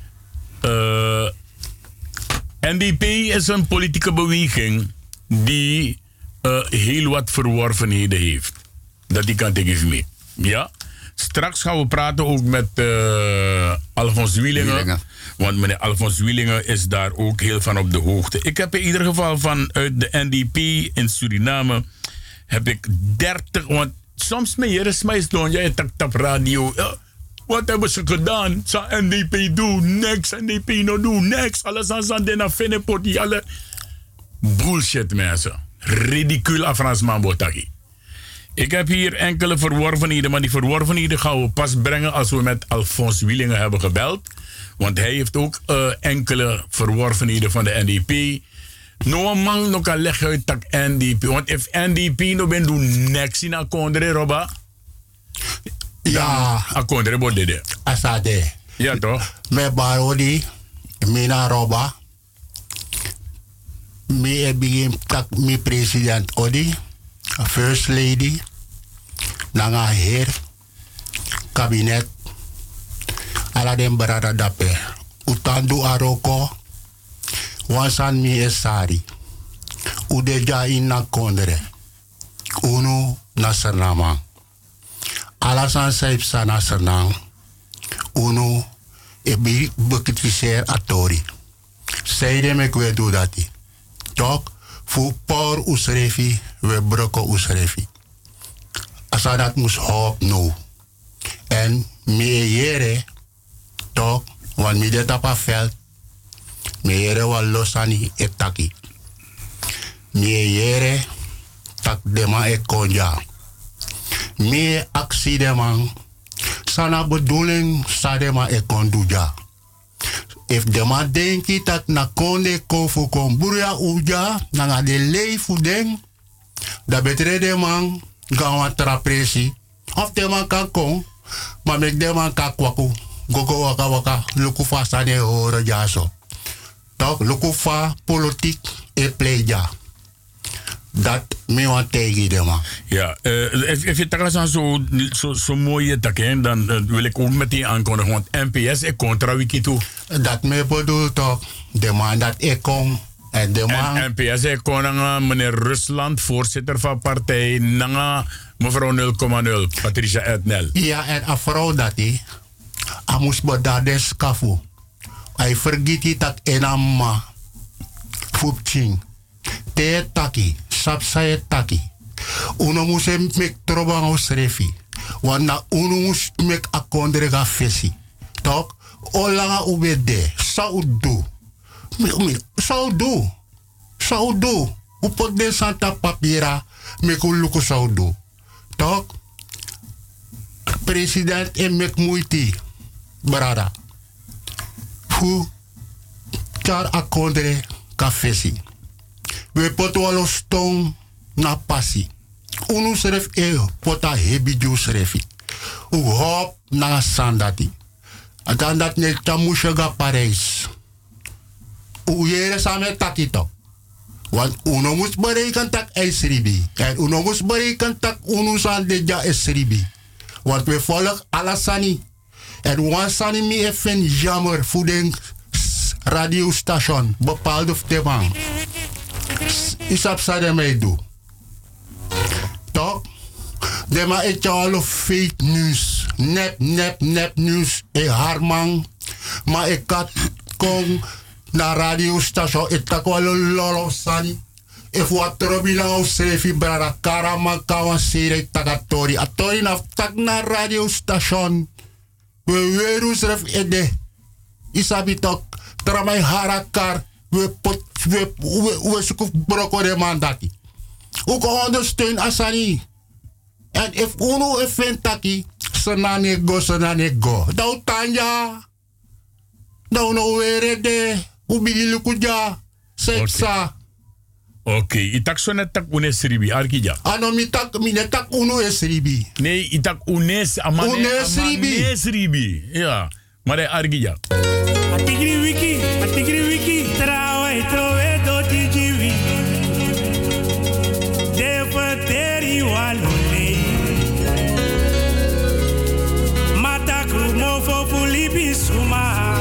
NDP is een politieke beweging die heel wat verworvenheden heeft. Dat die kan tegen mee. Ja? Straks gaan we praten ook met Alfons Wielingen. Want meneer Alfons Wielingen is daar ook heel van op de hoogte. Ik heb in ieder geval vanuit de NDP in Suriname heb ik 30... Want soms meer is doen. Jij takt op radio. Wat hebben ze gedaan? Sa NDP doen, niks. NDP no doen, niks. Alles aan de Fenepot, die alle... Bullshit, mensen. Ridicule aan Fransman Botagi. Ik heb hier enkele verworvenheden, maar die verworvenheden gaan we pas brengen als we met Alfons Wielingen hebben gebeld. Want hij heeft ook enkele verworvenheden van de NDP. No man no kan leggen uit dat NDP. Want if NDP no ben doen niks in Akondre, Roba. Ja. Akondre bodede. Asade. Ja toch? Me barodi, mina Roba. Me begin tak mi president Odi, first lady, nanga heer, kabinet, ala den barada dape. Utandu aroko, wansan mi esari. Udeja inna kondre. Unu nasernama. Alasan saip sana sernang. Unu ebi bekitiser atori. Seide me kwe do dati. Tok fu por usrefi we broko usrefi. Asa dat mus hop no. En me yere tok wan mi de tapa veld. Me yere wan losani etaki. Me yere tak dema e konja. Me aksi deman sana bedoeling sa dema e konduja. If de man denki dat na konde kofu kon buria uja na de leifu den da betre de man gawa trapresi of de man kan kon maar met de man kan kwaku gogo waka waka luku fa sane horo jaso tok luku fa politiek e pleja dat me want tegen de man. Ja, if je toch zo mooie takken, dan wil ik ook meteen aankondigen, want NPS is contra wiki toe. Dat me bedoelt toch, de man dat ik kom en de man... En NPS is konanga meneer Rusland, voorzitter van partij, nanga mevrouw 0,0, Patricia Etnel. Ja, en een vrouw dat hij, moest bedades kafu. Hij vergeet het dat enama, fupching, te taki. Sapsaye taki. Uno moest mek trobang osrefi. Want na uno moest mek akondre ga fesi. Toch? Olanga ubede. Saudu. Saudu. Upot de Santa Papira. Mekuluku saudu. Toch? President en mek moeite. Brada. Fu. Char akondre ga fesi. We potwalo stong na passi. Unu seref pota hebi ju serefi. U hop na sandati. Adan dat ne tamusha ga Parijs. U yere same takito. Want uno mus bereiken tak esribi. En uno mus bereiken tak unu sande ja esribi. Want we volgen alasani. En wansani mi even jammer voor de radiostation. Bepaalde thema. Isap sa de mij doen. Toch? De ma et al fake news. Nep news. E harmang. Ma e kat kong na radiostation. E takwalo lolo sani. E fu trobila o sefi brada. Karama kawan sere takatori. Atori na tak na radiostation. We werus ref ede. Isabi tok. Tramai harakar. We zoeken broko de mandati. Ook ondersteun asani. En if uno even taki, senane go. Dau tanya. Dau no were de. Ubili kuja. Seksa. Oké, itak so net tak unes ribi, arkija. Ano mi tak uno es ribi. Nee, itak unes amanes ribi. Ja, maar de arkija. Atigri wiki, trawe trove do tijiwi. Defateri walole. Mata krumo fo pulipi suma.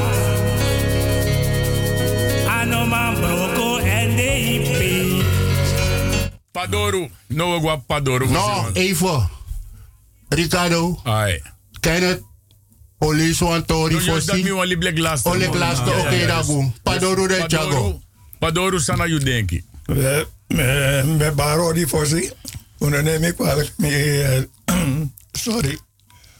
Anoman broko ende ipe. Padoru, no gua Padoru. No, even. Ricardo. Ai. Kenneth. Oliso Antori Fossi. Olek Lasto, oké, dago. Padoru de Chago. Padoru sana you denki. Me baro di Fossi. Onderneem ik kwalijk. Sorry.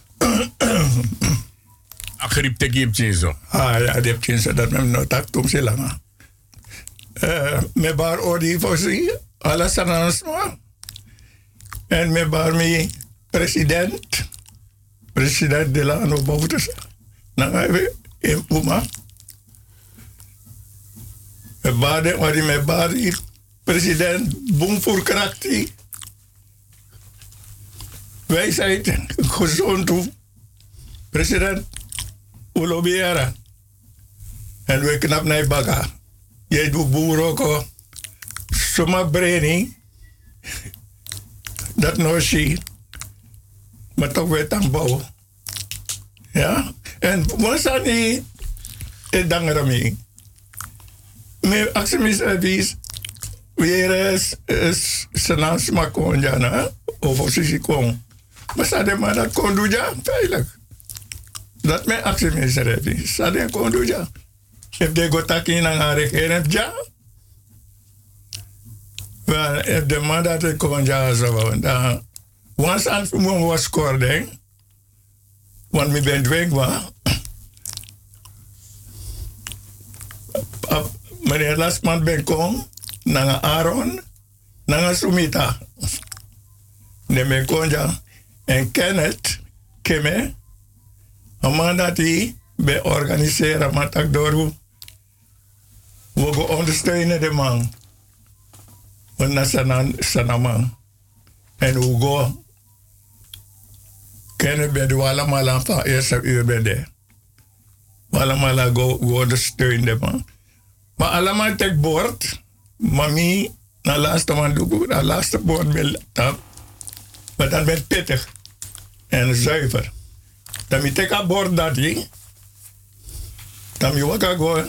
Agrip te kip chinso. Ja, die heb chinso dat me no tak tum silanga. Me baro di Fossi. Alles sanasma. En me bar mi president de la no boutes na we in Puma me bade president Boomvoer Krakti wij zijn gezond toe president Ulobiera en we knap naar baga jij doet boeroko soma breni dat no she maar toch weer aan bouwen. Ja? En wansani het dangerami. Me actie weer is senang smakon jana of sisi kon. Maar sade maar dat kon doen ja veilig. Dat me actie misrevi. Sade kon doen ja. If de gotaki nang regering ja. Wel de man dat ik kon ja zo dan. Once aan voor was scoorde, want me ben dwingbaar. Meneer Lasman ben kom, nanga Aaron, nanga Sumita. Ne ben konja en Kenneth, keme, amanda die be organiseren matak doru. We go ondersteunen de man. Want na sanaman. En hoe go. Kennen bij de Wallamala van eerste uur bij de. Wallamala go ondersteunen man. Maar allemaal tek bord. Mami, na laatste man doe na laatste bord met tap. Maar dan ben pittig. En zuiver. Dan mi tek a bord dat die. Dan mi waka go.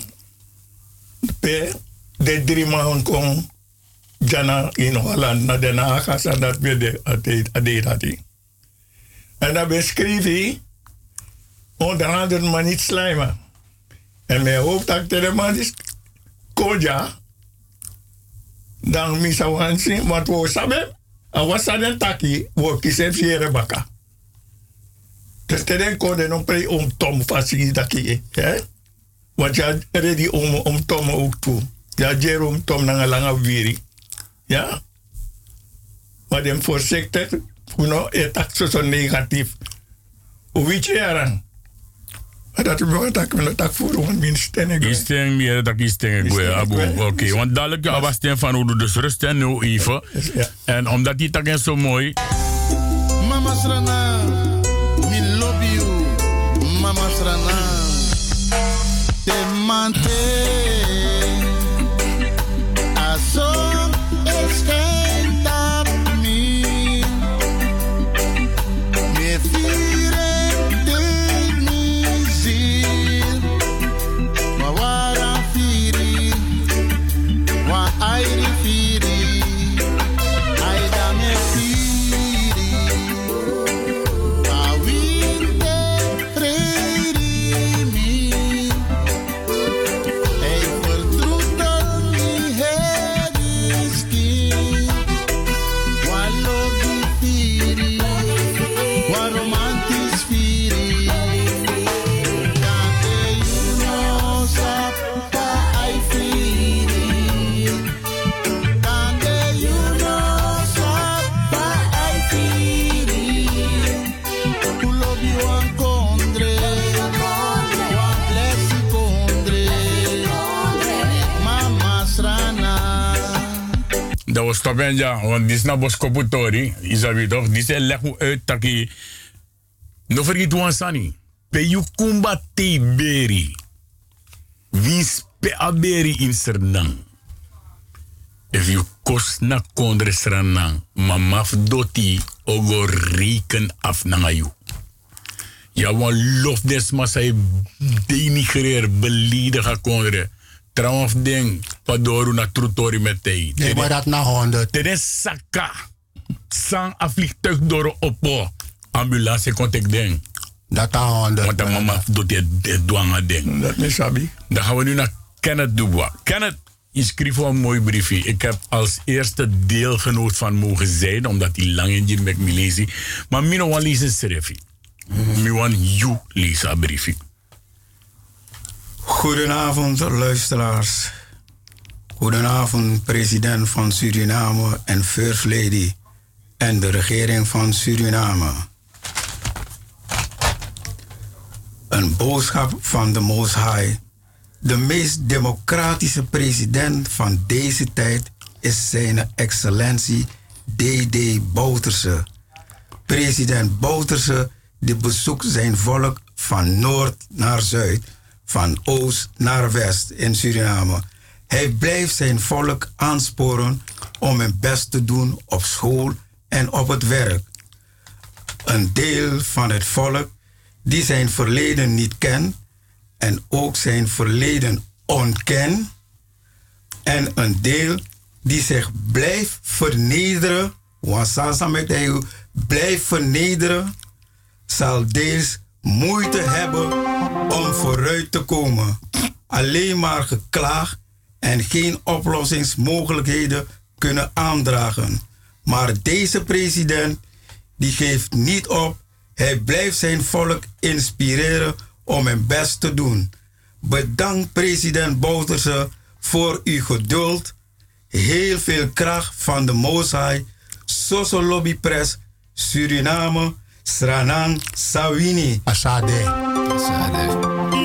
De 3 maanden kom. Jana in Holland naar Den Haag en dat weer de dat. En dan beschreef hij onder andere maar niet slijmen. En mijn hoofd de man is koja. Dan misa wansi wat we saben Awasan taki, wo kisen fiere baka. Dus tenen kone non pre om tom fasigi daki, hè? Want ja, ready om tom ook toe. Ja, Jerome tom na langa viri. Ja? Maar dem voorzichtig, etak zo negatief. Weet je eraan? Dat we dat voor een minstenen. Is het meer dat is tegen Abu? Oké, want dadelijk was het van hoe dus rust en nu even. En omdat die tak is zo mooi. Mama Srana, me love you. Mama Srana, te mante. Aso esquenta me. Me fire de nizir. Wawara firi. Wa airi firi. Aida me firi. Awinde freri mi. Ei vertrouwt mi heriski. Wallo di firi. Wa romantisch firi. Kante you sappa ai firi. Kante you sappa ai firi. Ulobi wan kondre. Wan blessi kondre. Mama Srana. Dat was top en ja, want dit is naar Boskoputori. Is dat weer toch? Dit is leg hoe uit dat je. No vergeet hoe Sani. Pe you kumba te beri. Wins pe aberi in Sernang. If you kost na kondre Sernang. Mamaf doti ogo reken af na you. Ja, wan lof des masai denigreer beledigen kondre. Trouwens ding, padoru na trutori met thee. Nee, maar dat na 100. Tene saka. Sang a vliegtuig door oppo. Ambulance kon ik ding. Dat na 100. Want de mama doet het douane ding. Dat is sabi. Dan gaan we nu naar Kenneth Dubois. Kenneth, je schreef wel een mooi briefje. Ik heb als eerste deelgenoot van mogen zijn, omdat hij lang in je met me lezen. Maar ik wil lezen schrijfje. Ik wil you lezen een briefje. Goedenavond, luisteraars. Goedenavond, president van Suriname en First Lady en de regering van Suriname. Een boodschap van de Most High. De meest democratische president van deze tijd is zijn excellentie D.D. Bouterse. President Bouterse die bezoekt zijn volk van noord naar zuid, van oost naar west in Suriname. Hij blijft zijn volk aansporen om hun best te doen op school en op het werk. Een deel van het volk die zijn verleden niet kent en ook zijn verleden ontkent. En een deel die zich blijft vernederen, want samen met hij blijft vernederen, zal deels moeite hebben om vooruit te komen. Alleen maar geklaag en geen oplossingsmogelijkheden kunnen aandragen. Maar deze president die geeft niet op. Hij blijft zijn volk inspireren om hun best te doen. Bedankt president Bouterse voor uw geduld. Heel veel kracht van de Most High. Soso Lobby Press, Suriname, Sranang, Sawini. Asade. Asade.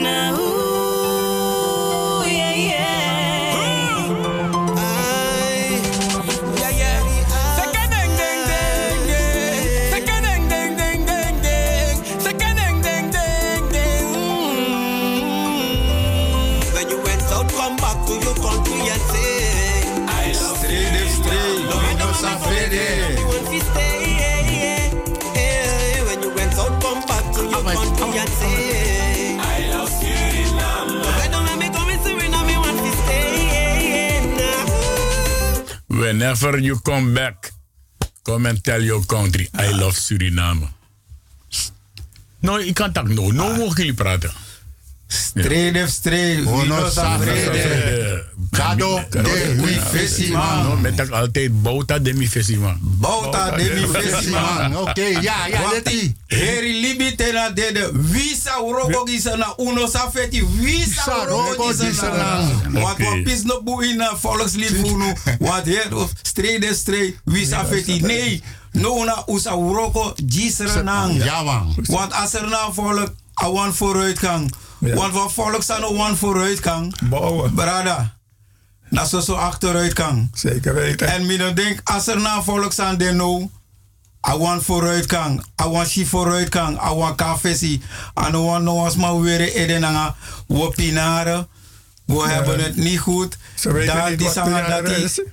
Whenever you come back, come and tell your country, I love Suriname. No, ik kan dat no. No mogen jullie praten. Streden, streden. Gado de mi festiman. Met ik altijd Bouta de mi festiman. Bouta de mi festiman. Oké, ja, dat is. Heri libi tena de visa uroko gisana uno safeti visa uroko gisana. Wat wat pis no buina volkslied funu. Wat heer strijd visa feti. Nee, no na usa uroko gisana. Ja man. Want als er nou volk awan vooruitgang. Want wat volk staan awan vooruitgang. Bouwen. Brada. Dat is zo achteruitgang. Zeker weten. En ik denk, als er nou volk staan, dan nou. I want vooruitgang. I want she vooruitgang. I want kafesi. En I want nou als maar weer edenanga. We pinaren. We hebben het niet goed. Daar die zeggen dat die.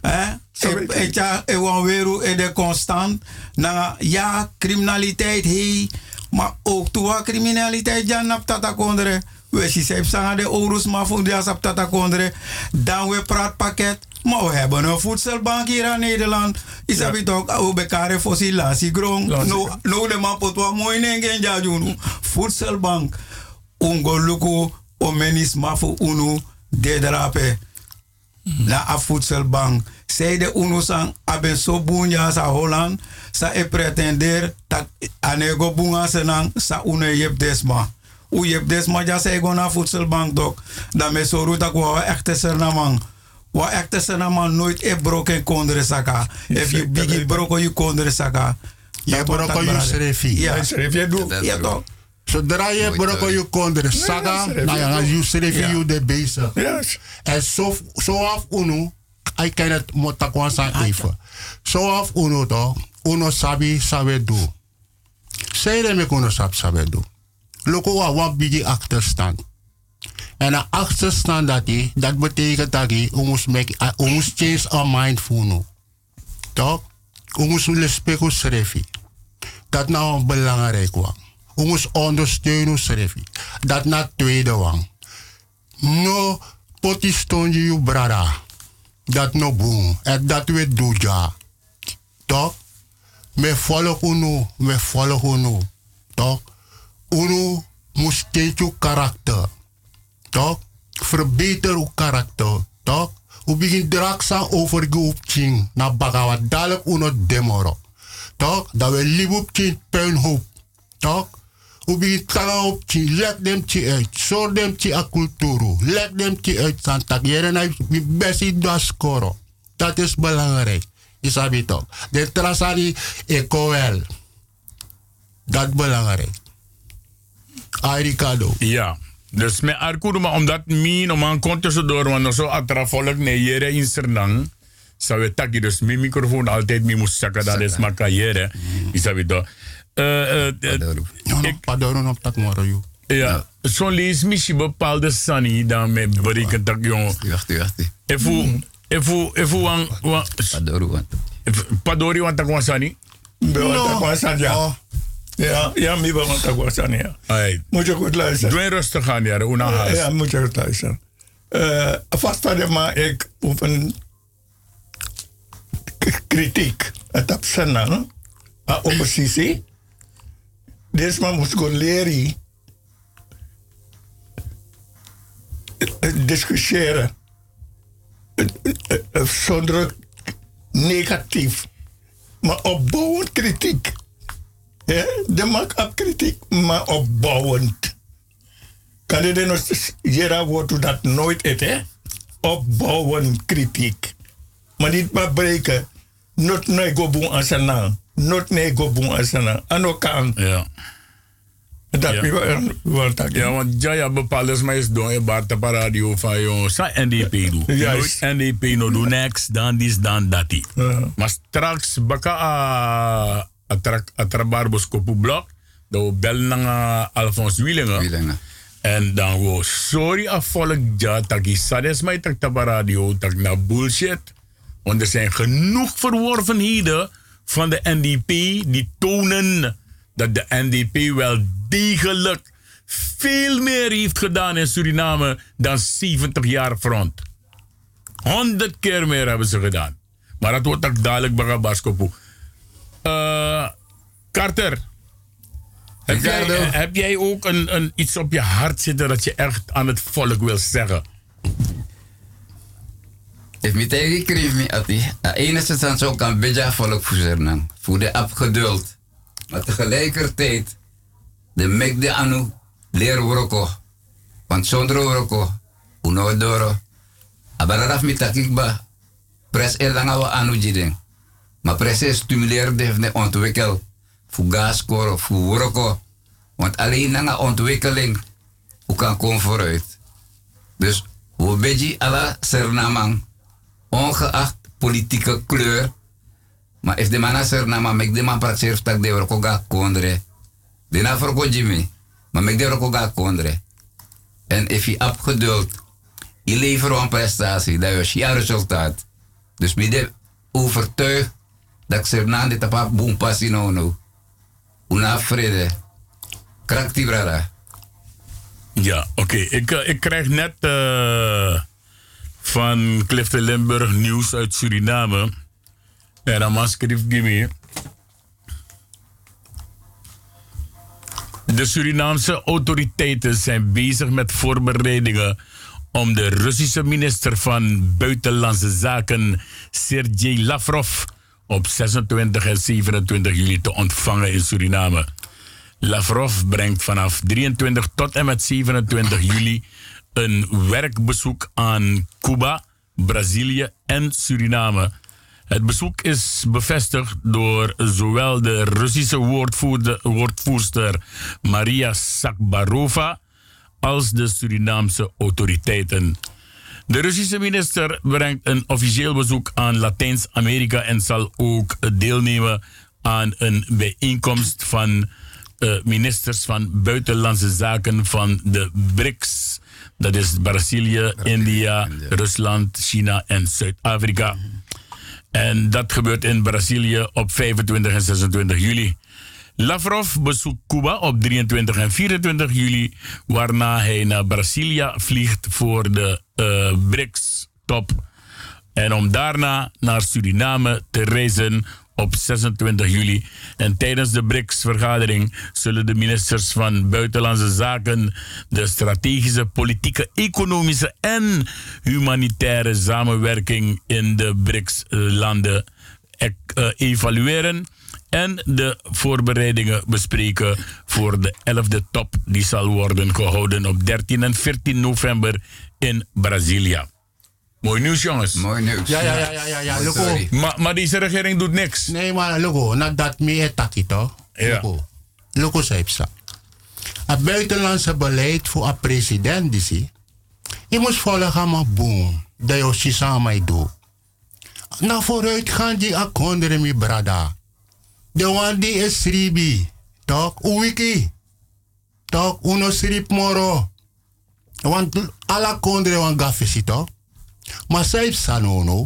Ik want weer ede constant. Ja, criminaliteit. Hey. Maar ook toen criminaliteit. Ja, nap tata kondre. We zien de oorus maar voor die asap tata kondre. Dan we praatpakket. Maar we hebben een voedselbank hier in Nederland. Is dat we toch ook bekare fossilatie grond. No de man pot wat mooi nengen jajunu. Voedselbank. Ongoluku omenis ma voor unu de drape. Na a voedselbank. Zij de unu sang aben so bunja sa Holland. Sa e pretender tak anego bunga senang sa une yep desma. U yep desma ja say go na voedselbank dok. Dan me so ruta ko echte sernamang. Wa echte sernamang nooit e broken kondre saka. If you bigi broko you kondre saka. Je broko you srefi. Ja, srefi doe. Ja toch. Zodra je broko you kondre saka, nou ja, you srefi you de bezig. Yes. En zo af unu, ik ken het motakwansa even. Zo af unu toch, uno sabi do. Zij me kuno sabi do. Loko wa wan bigi achterstand. En een achterstand dat betekent dat je moest change our mind voelen. Toch? Je moest respecten schrijven. Dat nou een belangrijk was. Je moest ondersteunen schrijven. Dat na tweede was. No potiston je brada. Dat no boom. En dat we doen ja. Toch? Me follow unu. Toch? Unu moest change je karakter. Toch? Verbeter uw karakter. Toch? U begint draksa over geopching. Na bagawa dadelijk uno demoro. Toch? Dat we lief opching puinhoop. Toch? U begint kanga opching. Leg them chi uit. Zorg them chi a culturu. Leg them chi uit. Santak. Jere na besi da scoren. Dat is belangrijk. Isabi toch? De trasari ecoel. Dat belangrijk. Ricardo. Ja. Dus met Arkuduma, omdat mijn om aan kont tussendoor, want zo atra volk nee jere in Sernang, zou je takje dus mijn microfoon altijd mee moest zakken, dat is maar carrière, is dat weer Padoro op tak moro. Ja, zo'n lees misschien bepaalde sani dan met berekend dat jongen. Even Padori want tak was sani. Ja, mi wil want dat was aan ja. Moet je goed luisteren. Doe rustig aan, ja, haast. Ja, moet je goed luisteren. Vast van maar ik op een kritiek. Het heb zin oppositie. Deze man moest gewoon leren. Discussiëren. Zonder negatief. Maar opbouwend kritiek. Ja, de maak op kritiek, maar opbouwend. Kan je nog jera woord dat nooit eten? Opbouwend kritiek. Maar niet maar breken. Not nee go boon asana. Not nee go boon asana. Ano kan. Ja. Dat wil dat. Ja, want ja bepaalde maar is doen je Bart op radio van jou. Sa NDP doen. Nooit NDP no doen next dan dis dan dati. Maar straks baka Atrabarbos Kopu Blok, dat we bellen naar Alphonse Wielingen. En dan we sorry afvolg ja, dat is sades mij tak op radio, tak na bullshit. Want er zijn genoeg verworvenheden van de NDP die tonen dat de NDP wel degelijk veel meer heeft gedaan in Suriname dan 70 jaar front. 100 keer meer hebben ze gedaan. Maar dat wordt ook dadelijk bij Baskopu. Carter, heb jij ook iets op je hart zitten dat je echt aan het volk wil zeggen? If mi tegen kreeg mi ati, a enige stand zo kan beja volk voor voor de afgeduld. Maar tegelijkertijd, de mek de anu leer woroko. Want zonder woroko, uno doro. Abararaf mi takikba, pres elanga wa anu jideng. Maar pres stimuleer de ontwikkel. Voor gaskoro, voor woroko. Want alleen na ontwikkeling, hoe kan komen vooruit. Dus, we beji ala sernamang. Ongeacht politieke kleur. Maar if de man sernama, mek de man praat tak de woroko ga kondre. De na vorko Jimmy. Maar mek de woroko ga kondre. En if je afgeduld, je levert een prestatie, dat is je resultaat. Dus ben je overtuigd dat ik sernam dit op boom passie nou. Una vrede. Krakti brada. Ja, oké. Ik krijg net van Clifton Limburg nieuws uit Suriname. En dan mag ik Gimme. De Surinaamse autoriteiten zijn bezig met voorbereidingen om de Russische minister van Buitenlandse Zaken, Sergei Lavrov, op 26 en 27 juli te ontvangen in Suriname. Lavrov brengt vanaf 23 tot en met 27 juli een werkbezoek aan Cuba, Brazilië en Suriname. Het bezoek is bevestigd door zowel de Russische woordvoerster Maria Sakbarova als de Surinaamse autoriteiten. De Russische minister brengt een officieel bezoek aan Latijns-Amerika en zal ook deelnemen aan een bijeenkomst van ministers van Buitenlandse Zaken van de BRICS. Dat is Brazilië, India, Rusland, China en Zuid-Afrika. En dat gebeurt in Brazilië op 25 en 26 juli. Lavrov bezoekt Cuba op 23 en 24 juli, waarna hij naar Brazilië vliegt voor de BRICS-top. En om daarna naar Suriname te reizen op 26 juli. En tijdens de BRICS-vergadering zullen de ministers van Buitenlandse Zaken de strategische, politieke, economische en humanitaire samenwerking in de BRICS-landen evalueren en de voorbereidingen bespreken voor de 11e top die zal worden gehouden op 13 en 14 november in Brazilië. Mooi nieuws, jongens. Mooi nieuws. Ja. Loco. Maar deze regering doet niks. Nee, maar loco, nadat me taki toch? Loco zei ze. Het buitenlandse beleid voor een president is je moet volgen maar boom. Dat je aussi samen doet. Na vooruit gaan die akondere mi brada. De one die is ribi. Toch? Uwiki. Toch? Uno srip moro. Want alla kondere wan gafesi toch? Maar zij sanono,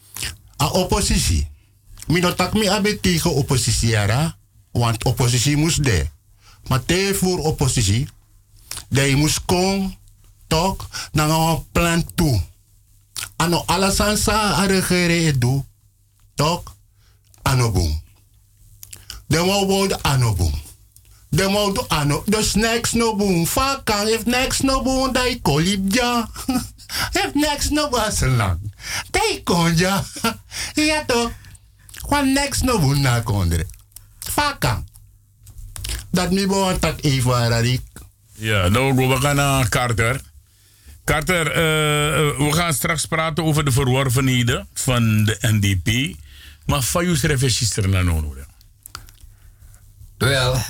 a oppositie. Minotak mi abe tegen oppositie era, want oppositie moest de. Maar tegen voor oppositie, dat je moest komen, toch, naar een plan toe. Ano alasansa a regeren doe, toch, anoboom. De wou de anoboom. De wou de ano, dus next no boom. Vakang, if next no boom, dat je kolibja. If next no was lang. They konja. Ja toch. Wan next no boon na kondre. Fakang. Dat mi bon tak even rarik. Ja, nou we gaan naar Carter. Carter, we gaan straks praten over de verworvenheden van de NDP. Maar van jou reflecties er naar nodig. Wel,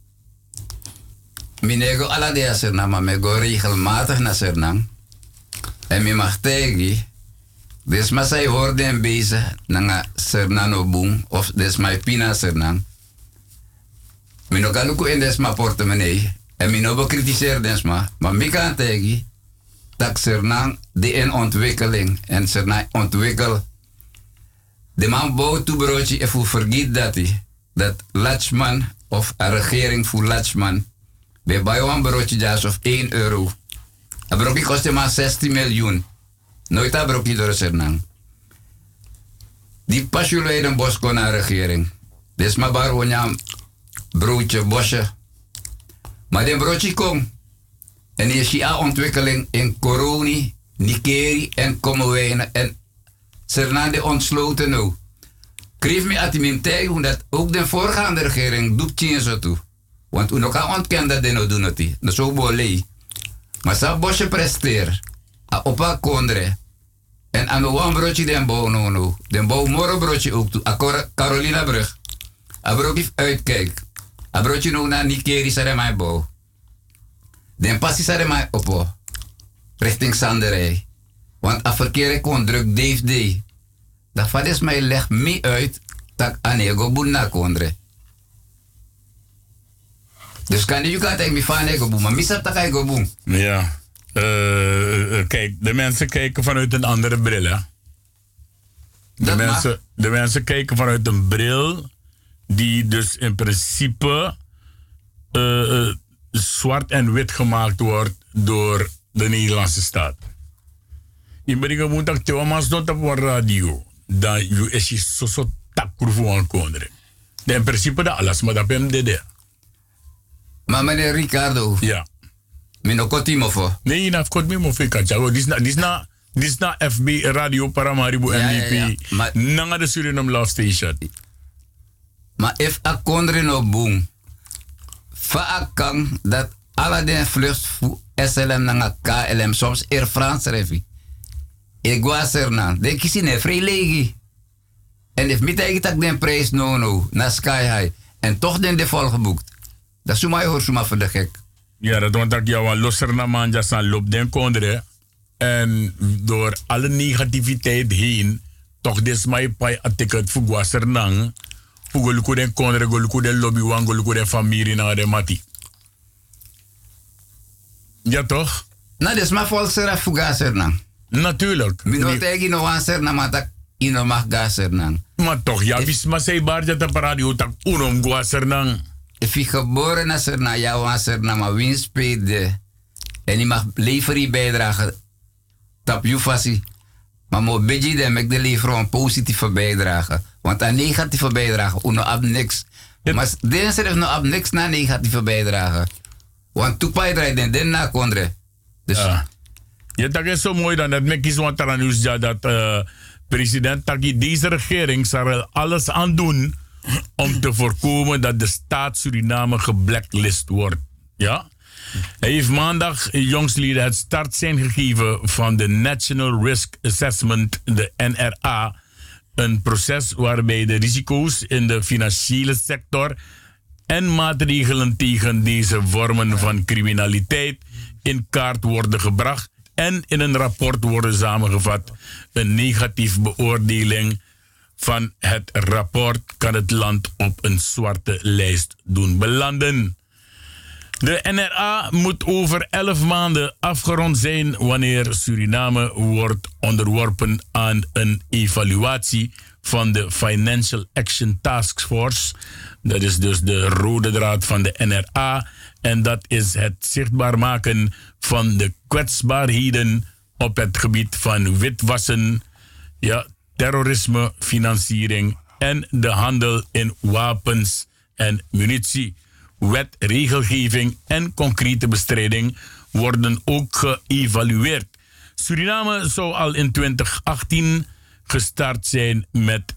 minego ala de Sernang, maar me go regelmatig naar Sernang. En mi mag tegen, dus maar zij worden bezig naar Sernang boom of dus maar pina Sernang. Mi no kan ook in des maar portemonnee en mi no bekritiseer des maar mi kan tegen dat Sernang de in ontwikkeling en Sernang ontwikkel. De man bouwt toe broodje en voor vergeet dat Latchman of een regering voor Latchman bij een broodje jas of 1 euro. Een broodje kost maar 16 miljoen. Nooit een broodje door Sernang. Die pas jullie een bos kon naar regering. Dus maar baronia broodje bosje. Maar die broodje komt. En die is ontwikkeling in Coroni, Nikeri en Kommerwijnen en Serna de ontsloten nou. Kreeg me atimintij hoe dat ook de voorgaande regering doet tien zo toe. Want u kan ontkennen dat de nou doen het. Dat is ook bolei. Maar sa bosje presteer. A opa kondre. En aan een broodje den bouw no. Den bouw morgen broodje ook toe. A Carolina Brug. A broodje uitkijk. A broodje no na Nikeri sare mij bouw. Den passie sare mij opo. Richting Sanderij. Want a verkeer kon druk Dave. Dat vaders mij leg mee uit dat anego boen na kondre. Dus kan je tegen me van ego boen, maar misap tak ego boen. Ja. Kijk, de mensen kijken vanuit een andere bril, hè. De mensen kijken vanuit een bril die dus in principe zwart en wit gemaakt wordt door de Nederlandse staat. In Beriga moet ik te maar stond op radio. Dan je is je zo takkur voor een kondre. In principe dat alles, maar dat ben je. Maar meneer Ricardo. Ja. Mino kotimo voor. Nee, na kotimo voor kacha. Dit na FB Radio Paramaribo NDP. Nanga de Suriname Love Station. Maar if a kondre no boom. Fa kan dat alle den vlucht voor SLM nanga KLM soms Air France revi. Ik was er na. De kiezen ne vrij legi. En if niet eigenlijk den prijs no na Sky High en toch den de volgeboekt. Dat is mij hoor zomaar voor de gek. Ja, dat want ik jou een losser na manja san loop den kondre. En door alle negativiteit heen, toch des mij pai a ticket voor guaser nang. Voor goluku den kondre, goluku den lobby wan, goluku den familie na de mati. Ja toch? Nou, des maar vol seraf voor guaser nang. Natuurlijk. Minot egi no wan ser na matak ino mag guaser nang. Maar toch, ja, bis maar zei barja ta paradio tak unom guaser nang. If je geboren is er naar jou was er naar mijn winstpede en je mag leveren bijdragen, tap je vast. Maar moet beetje dan met de leveren een positieve bijdrage. Want een negatieve bijdrage, uno ab niks. Maar deze heeft nog ab niks na negatieve bijdrage. Want toen bijdrage den na kondre. Dus. Ja. Ja, dat is zo mooi dan. Dat ik is wat er nieuws dat president Taki deze regering zal er alles aan doen om te voorkomen dat de staat Suriname geblacklist wordt. Ja? Hij heeft maandag jongstleden het startsein gegeven van de National Risk Assessment, de NRA. Een proces waarbij de risico's in de financiële sector en maatregelen tegen deze vormen van criminaliteit in kaart worden gebracht en in een rapport worden samengevat. Een negatieve beoordeling van het rapport kan het land op een zwarte lijst doen belanden. De NRA moet over 11 maanden afgerond zijn wanneer Suriname wordt onderworpen aan een evaluatie van de Financial Action Task Force. Dat is dus de rode draad van de NRA. En dat is het zichtbaar maken van de kwetsbaarheden op het gebied van witwassen, ja, terrorisme, financiering en de handel in wapens en munitie. Wet, regelgeving en concrete bestrijding worden ook geëvalueerd. Suriname zou al in 2018 gestart zijn met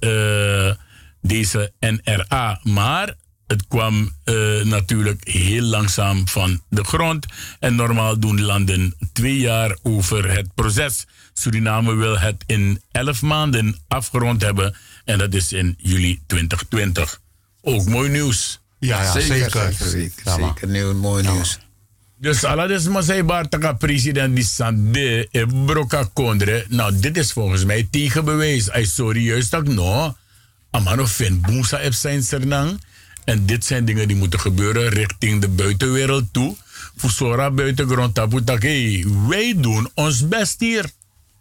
deze NRA, maar het kwam natuurlijk heel langzaam van de grond. En normaal doen landen 2 jaar over het proces. Suriname wil het in 11 maanden afgerond hebben. En dat is in juli 2020. Ook mooi nieuws. Ja, zeker. Zeker nieuw, mooi nieuws. Dus alles maar zei Bartaka president die Sande e broka kondre. Nou, dit is volgens mij tegenbewijs. Hij sorry juist dat no. Amano vindt boemsa op zijn sernang. En dit zijn dingen die moeten gebeuren richting de buitenwereld toe. Voor Sora buitengrond tapu take. Wij doen ons best hier.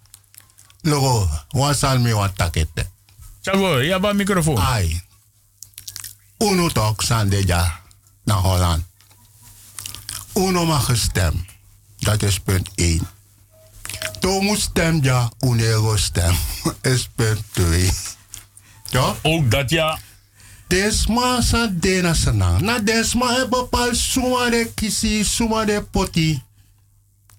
Logo, wat zal me wat takete? Chago, ja, ba microfoon. Ai. Uno toch Sandeja naar Holland. Uno mag gestemd. Dat is punt 1. To moet stem ja, unego stem. is punt 2. Ja? Ook dat ja. Desma sa dena sana. Na desma e bepal suma de kisi, suma de poti.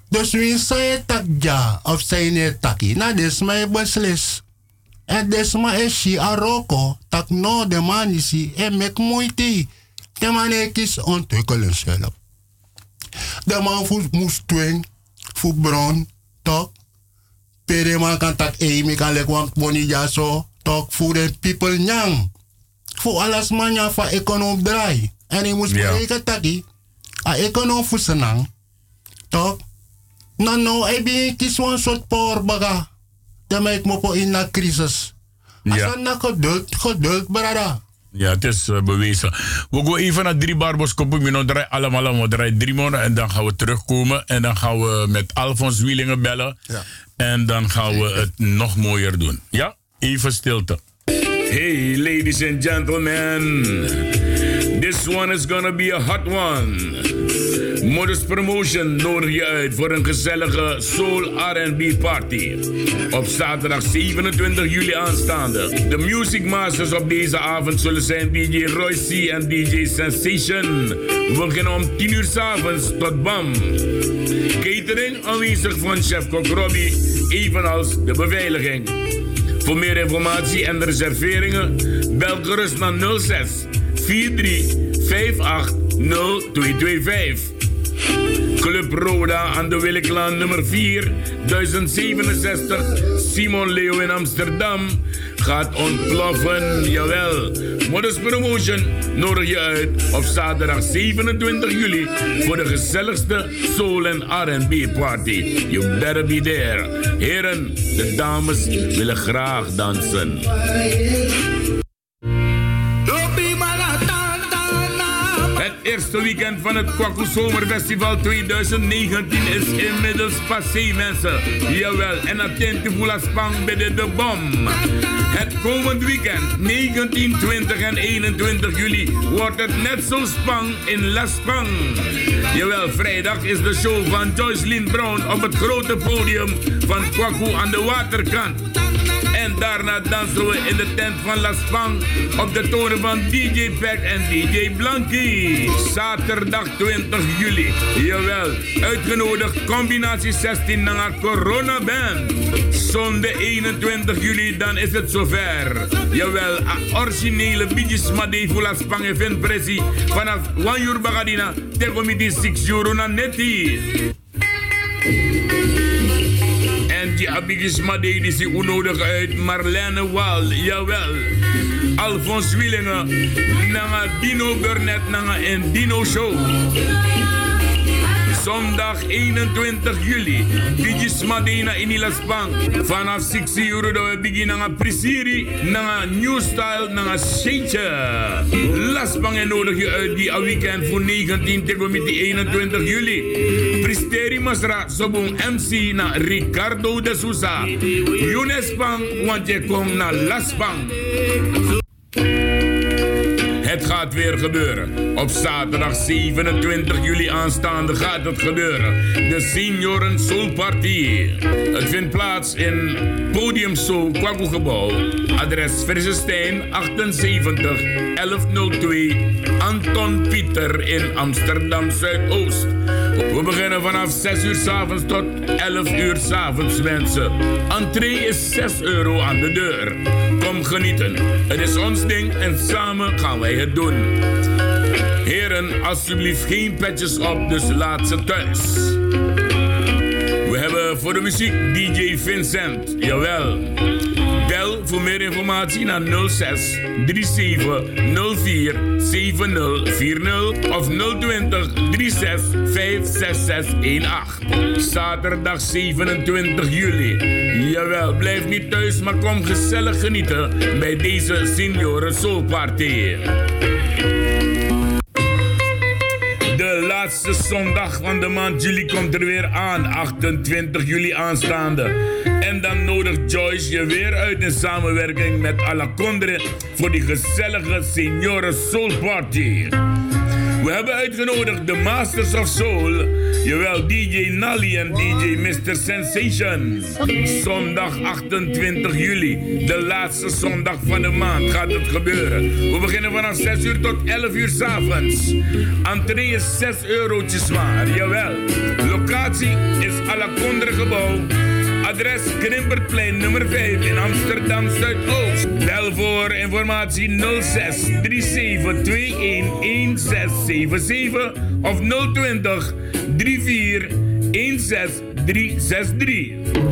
Dus wie zei tak ja of zei ne taki, na des mij beslis. En des mij is je aroko, tak no de man is en mek moeite. De man kies ontwikkelen zelf. De man moest twing, voor bron, tok. Pere man kan tak me kan lek want money ja so, tok voor de people nyang. Voor alles man ja van econom draai. En hij moest berekenen taki, a econom voor senang, tok. No, ik ben kies een soort power baga. Dan maak ik me po in een crisis. Als dan geduld, brada. Ja, het is bewezen. We gaan even naar 3 barboskoppen. We draaien allemaal, we draaien 3 maanden en dan gaan we terugkomen. En dan gaan we met Alfons Wielingen bellen. Ja. En dan gaan we het nog mooier doen. Ja, even stilte. Hey, ladies and gentlemen. This one is gonna be a hot one. Modus Promotion nodig je uit voor een gezellige Soul R&B party. Op zaterdag 27 juli aanstaande. De Music Masters op deze avond zullen zijn DJ Royce en DJ Sensation. We beginnen om 10 uur 's avonds tot BAM. Catering aanwezig van chef-kok Robbie, evenals de beveiliging. Voor meer informatie en reserveringen bel gerust naar 06 43 58 0225. Club Roda aan de Willeklaan nummer 4, 1067, Simon Leo in Amsterdam. Gaat ontploffen, jawel. Modus Promotion nodig je uit op zaterdag 27 juli voor de gezelligste soul en R&B party. You better be there. Heren, de dames willen graag dansen. Het eerste weekend van het Kwaku Zomerfestival 2019 is inmiddels passé, mensen. Jawel, en attent voela spang bij de bom. Het komend weekend, 19, 20 en 21 juli, wordt het net zo spang in La Spang. Jawel, vrijdag is de show van Joycelyn Brown op het grote podium van Kwaku aan de waterkant. En daarna dansen we in de tent van La Spang op de tonen van DJ Pack en DJ Blankie. Zaterdag 20 juli. Jawel, uitgenodigd combinatie 16 naar Corona Band. Zondag 21 juli, dan is het zover. Jawel, originele Bidjes Made voor La Spang event pressie vanaf 1 uur bagadina tegen met 6 euro na netti. En die abigis Made die zich onnodig uit Marlene Wal, jawel. Alfons Wielingen, nanga Dino Burnett, nanga en Dino Show. Zondag 21 juli, Bidjes Madena in Ilaspang. Vanaf 6 euro dat we beginnen aan Prisiri, naar New Style, naar Sheetje. Laspang en nodig je uit die weekend voor 19 tegen met die 21 juli. Pristeri Masra, Sobong MC naar Ricardo de Sousa. Younesspang, want je komt naar Laspang. Het gaat weer gebeuren. Op zaterdag 27 juli aanstaande gaat het gebeuren. De Senioren Soul Party. Het vindt plaats in Podium Soul Kwaku Gebouw. Adres Versestein 78 1102 Anton Pieter in Amsterdam Zuidoost. We beginnen vanaf 6 uur 's avonds tot 11 uur 's avonds, mensen. Entree is 6 euro aan de deur. Kom genieten. Het is ons ding en samen gaan wij het doen. Heren, alsjeblieft geen petjes op, dus laat ze thuis. We hebben voor de muziek DJ Vincent, jawel. Bel voor meer informatie naar 06 37 04 7040 of 020 36 56618. Zaterdag 27 juli. Jawel, blijf niet thuis, maar kom gezellig genieten bij deze Senioren Soul Party. De laatste zondag van de maand juli komt er weer aan, 28 juli aanstaande. En dan nodigt Joyce je weer uit in samenwerking met Alacondre voor die gezellige Senioren Soul Party. We hebben uitgenodigd de Masters of Soul, jawel DJ Nally en DJ Mr. Sensation. Zondag 28 juli, de laatste zondag van de maand gaat het gebeuren. We beginnen vanaf 6 uur tot 11 uur 's avonds. Entree is 6 eurotjes maar, jawel. Locatie locatie is Ala Condre gebouw. Adres Krimpertplein nummer 5 in Amsterdam Zuidoost. Bel voor informatie 06 37 21 1677 of 020 34 16363.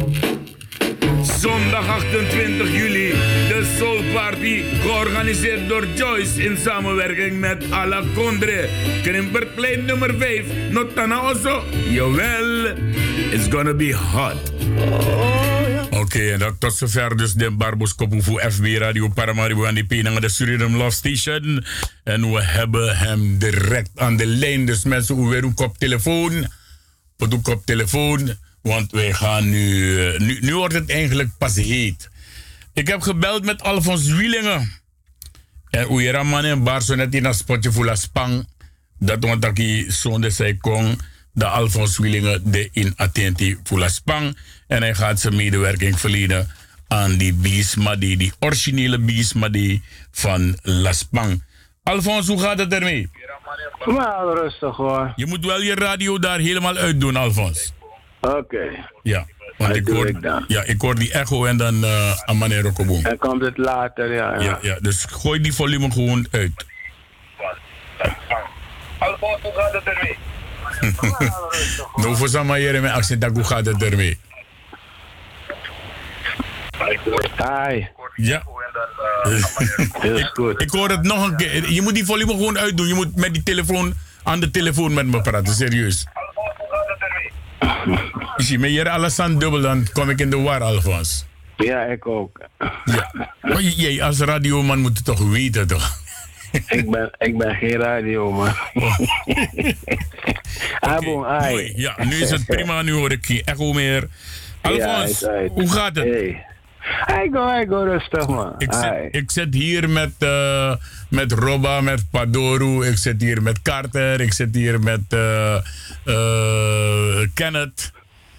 Zondag 28 juli, de Soul Party, georganiseerd door Joyce in samenwerking met Ala Condre. Krimpertplein nummer 5, Notana Osso. Jawel, it's gonna be hot. Oké, en dat tot zover dus de Barbos Kopufu FB Radio Paramaribo aan die Penang, de Suriname Love Station. En we hebben hem direct aan de lijn. Dus mensen, we weer een koptelefoon. Een koptelefoon. Want wij gaan nu wordt het eigenlijk pas heet. Ik heb gebeld met Alfons Wielingen. En Oera man en bar zo net in een spotje voor la spang. Dat want dat hij zonde zei kon. De Alfons Wielingen de in attenti voor la spang. En hij gaat zijn medewerking verlenen aan die Biesmadi, die originele Biesmadi van La Spang. Alfons, hoe gaat het ermee? Maar rustig hoor. Je moet wel je radio daar helemaal uitdoen, Alfons. Oké. Ja, want ik hoor die echo en dan aan meneer Rokoboom. En komt het later, ja. Ja, dus gooi die volume gewoon uit. Alfons, hoe gaat het ermee? Nou, voor Samayere met accent, hoe gaat het ermee? Hi. Ja. Heel goed. Ik hoor het nog een keer. Je moet die volume gewoon uitdoen. Je moet met die telefoon aan de telefoon met me praten, serieus. Is je met hier alles aan dubbel, dan kom ik in de war, Alfons. Ja, ik ook. Ja. Maar jij als radioman moet het toch weten, toch? Ik ben geen radioman. Oh. Mooi. Ja, nu is het prima. Nu hoor ik geen echo meer. Alfons, hoe gaat het? Ik go rustig, man. Ik zit hier met Robba, met Padoru. Ik zit hier met Carter. Ik zit hier met Kenneth.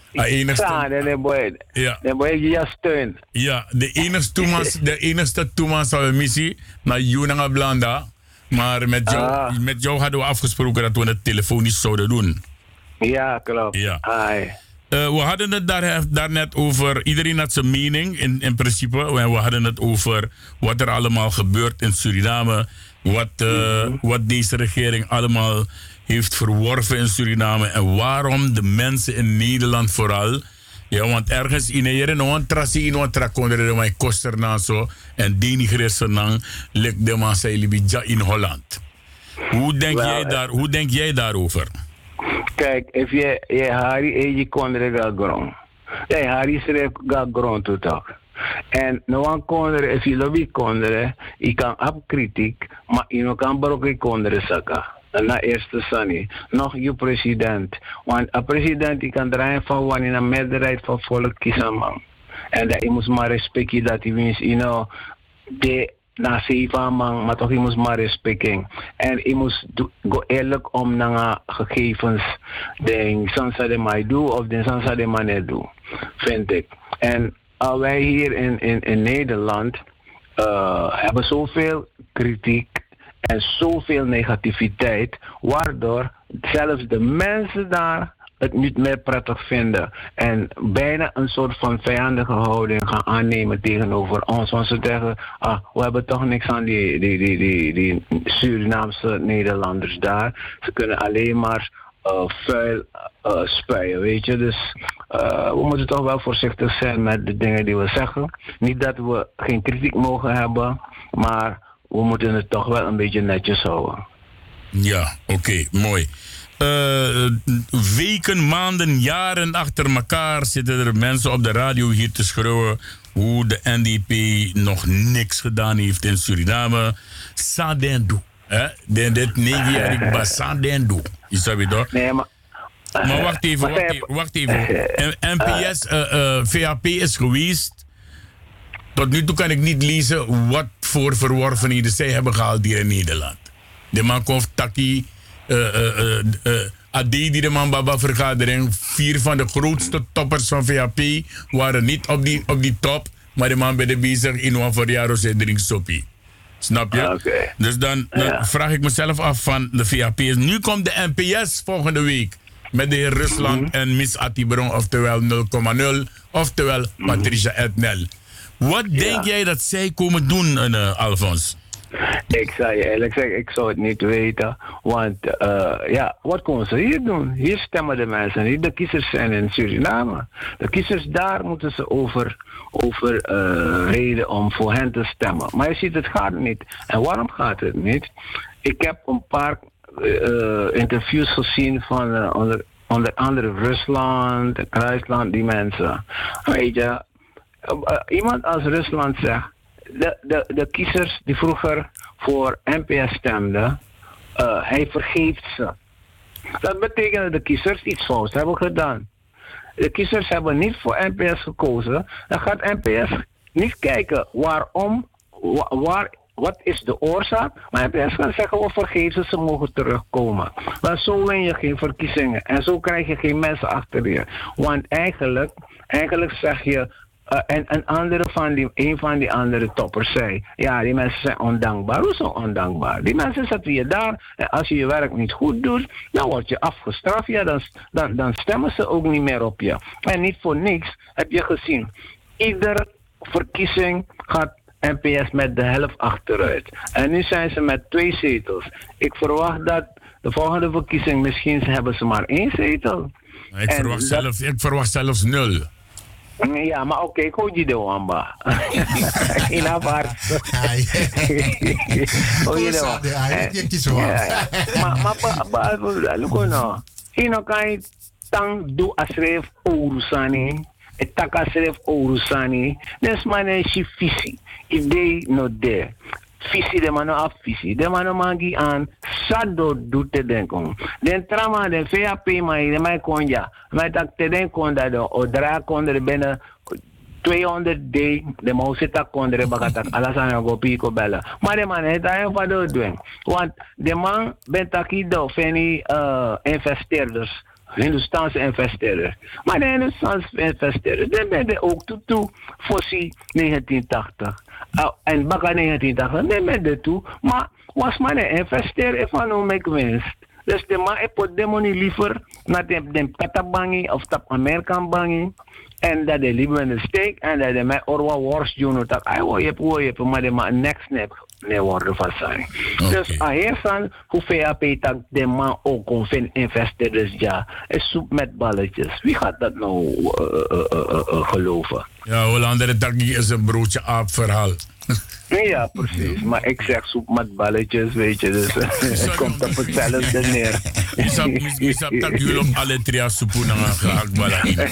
De boy je steun. Ja, de enigste Thomas zou missie naar Junanga Blanda. Maar met jou hadden we afgesproken dat we het telefonisch zouden doen. Ja, klopt. Ja. We hadden het daarnet over, iedereen had zijn mening in principe. We hadden het over wat er allemaal gebeurt in Suriname. Wat deze regering allemaal heeft verworven in Suriname. En waarom de mensen in Nederland vooral. Ja, want ergens in een trassie in een trakonder de koster na zo. En denigressen dan ligt de man in Holland. Hoe denk jij daarover? Kijk, if je hari je kondre ga grond. Ja, hari schreef ga grond toe toch. En no one kondre, if je lobby kondre, je kan op kritiek, maar je kan brokken kondre saka. Na eerste sani. Nog je president. Want een president die kan draaien van wanneer een meerderheid van volk kiezen man. En dat je moet maar respecteren dat hij wins, de na 7 man, maar toch je moet maar respecteren. En je moet go eerlijk om naar gegevens de sansa de mij doen of de sansa de mij doen, vind ik. En wij hier in Nederland hebben zoveel kritiek en zoveel negativiteit, waardoor zelfs de mensen daar het niet meer prettig vinden. En bijna een soort van vijandige houding gaan aannemen tegenover ons. Want ze zeggen, we hebben toch niks aan die Surinaamse Nederlanders daar. Ze kunnen alleen maar vuil spuien, weet je. Dus we moeten toch wel voorzichtig zijn met de dingen die we zeggen. Niet dat we geen kritiek mogen hebben, maar we moeten het toch wel een beetje netjes houden. Ja, oké, mooi. Weken, maanden, jaren achter elkaar zitten er mensen op de radio hier te schreeuwen hoe de NDP nog niks gedaan heeft in Suriname. Sadendu. Dit 9 jaar ik Sadendu. Je snapt het toch? Nee, maar wacht even. NPS, VAP is geweest. Tot nu toe kan ik niet lezen wat voor verworvenheden zij hebben gehaald hier in Nederland. De man komt Taki, Adedi de man Baba vergadering. 4 van de grootste toppers van VAP waren niet op die top, maar de man bij de bezig in een verjaardag en drink soppie. Snap je? Okay. Dus dan vraag ik mezelf af van de VAP. Nu komt de NPS volgende week. met de heer Rusland en Miss Attibron, oftewel 0,0, oftewel Patricia Etnel. Wat denk jij dat zij komen doen, Alfons? Ik zou je eerlijk zeggen, ik zou het niet weten. Want wat komen ze hier doen? Hier stemmen de mensen niet. De kiezers zijn in Suriname. De kiezers daar moeten ze over reden om voor hen te stemmen. Maar je ziet, het gaat niet. En waarom gaat het niet? Ik heb een paar interviews gezien van onder andere Rusland, Kruisland, die mensen. Weet je, iemand als Rusland zegt, de kiezers die vroeger voor NPS stemden, hij vergeeft ze. Dat betekent dat de kiezers iets fouts hebben gedaan. De kiezers hebben niet voor NPS gekozen. Dan gaat NPS niet kijken waarom, wat is de oorzaak. Maar NPS kan zeggen, we vergeven ze mogen terugkomen. Maar zo win je geen verkiezingen. En zo krijg je geen mensen achter je. Want eigenlijk zeg je, en een van die andere toppers zei, ja, die mensen zijn ondankbaar. Hoezo ondankbaar? Die mensen zetten je daar en als je je werk niet goed doet, dan word je afgestraft. Ja, dan stemmen ze ook niet meer op je. En niet voor niks heb je gezien. Iedere verkiezing gaat NPS met de helft achteruit. En nu zijn ze met 2 zetels. Ik verwacht dat de volgende verkiezing misschien hebben ze maar 1 zetel. Ik verwacht zelfs 0. Ja, maar oké, ik hoor je de wamba. In afar. Hoor je de wamba. Maar, look nou. Ino kan je tang do asref ourusani. Het tak asref ourusani. Des man is je visie. Idee no de. Visie de mano af visie. De mano mangi aan. Sado doet te denken. Den trama de VAP maar de mij kon ja. Maar dat te denken dat de odra kon er binnen 200 day de mousita kon er bagatak alles aan go pico bellen. Maar de man het hij wat doen. Want de man bent taki do feni investeerders. Hindustaanse investeerders. Maar de Hindustaanse investeerders, die ben ook toe fossie 1980. En baka 1980, die ben er toe. Maar was maar een investeerder van hoe ik winst. Dus de man heeft de money liever naar de petabangi of de Amerikaan bangi. En dat de liever in de steek en dat de mij orwa worst doen. Dat je hebt, maar de man next nep. Nee, worden van zijn. Dus eerst hoe VAP dat de man ook kon vinden investeerders ja, is soep met balletjes. Wie gaat dat nou geloven? Ja, Hollander dat is een broodje aap verhaal. Ja, precies. Maar ik zeg soep met balletjes, weet je, dus het komt op hetzelfde neer. Je snapt dat jullie op alle 3 soepen aan gehakt ballen.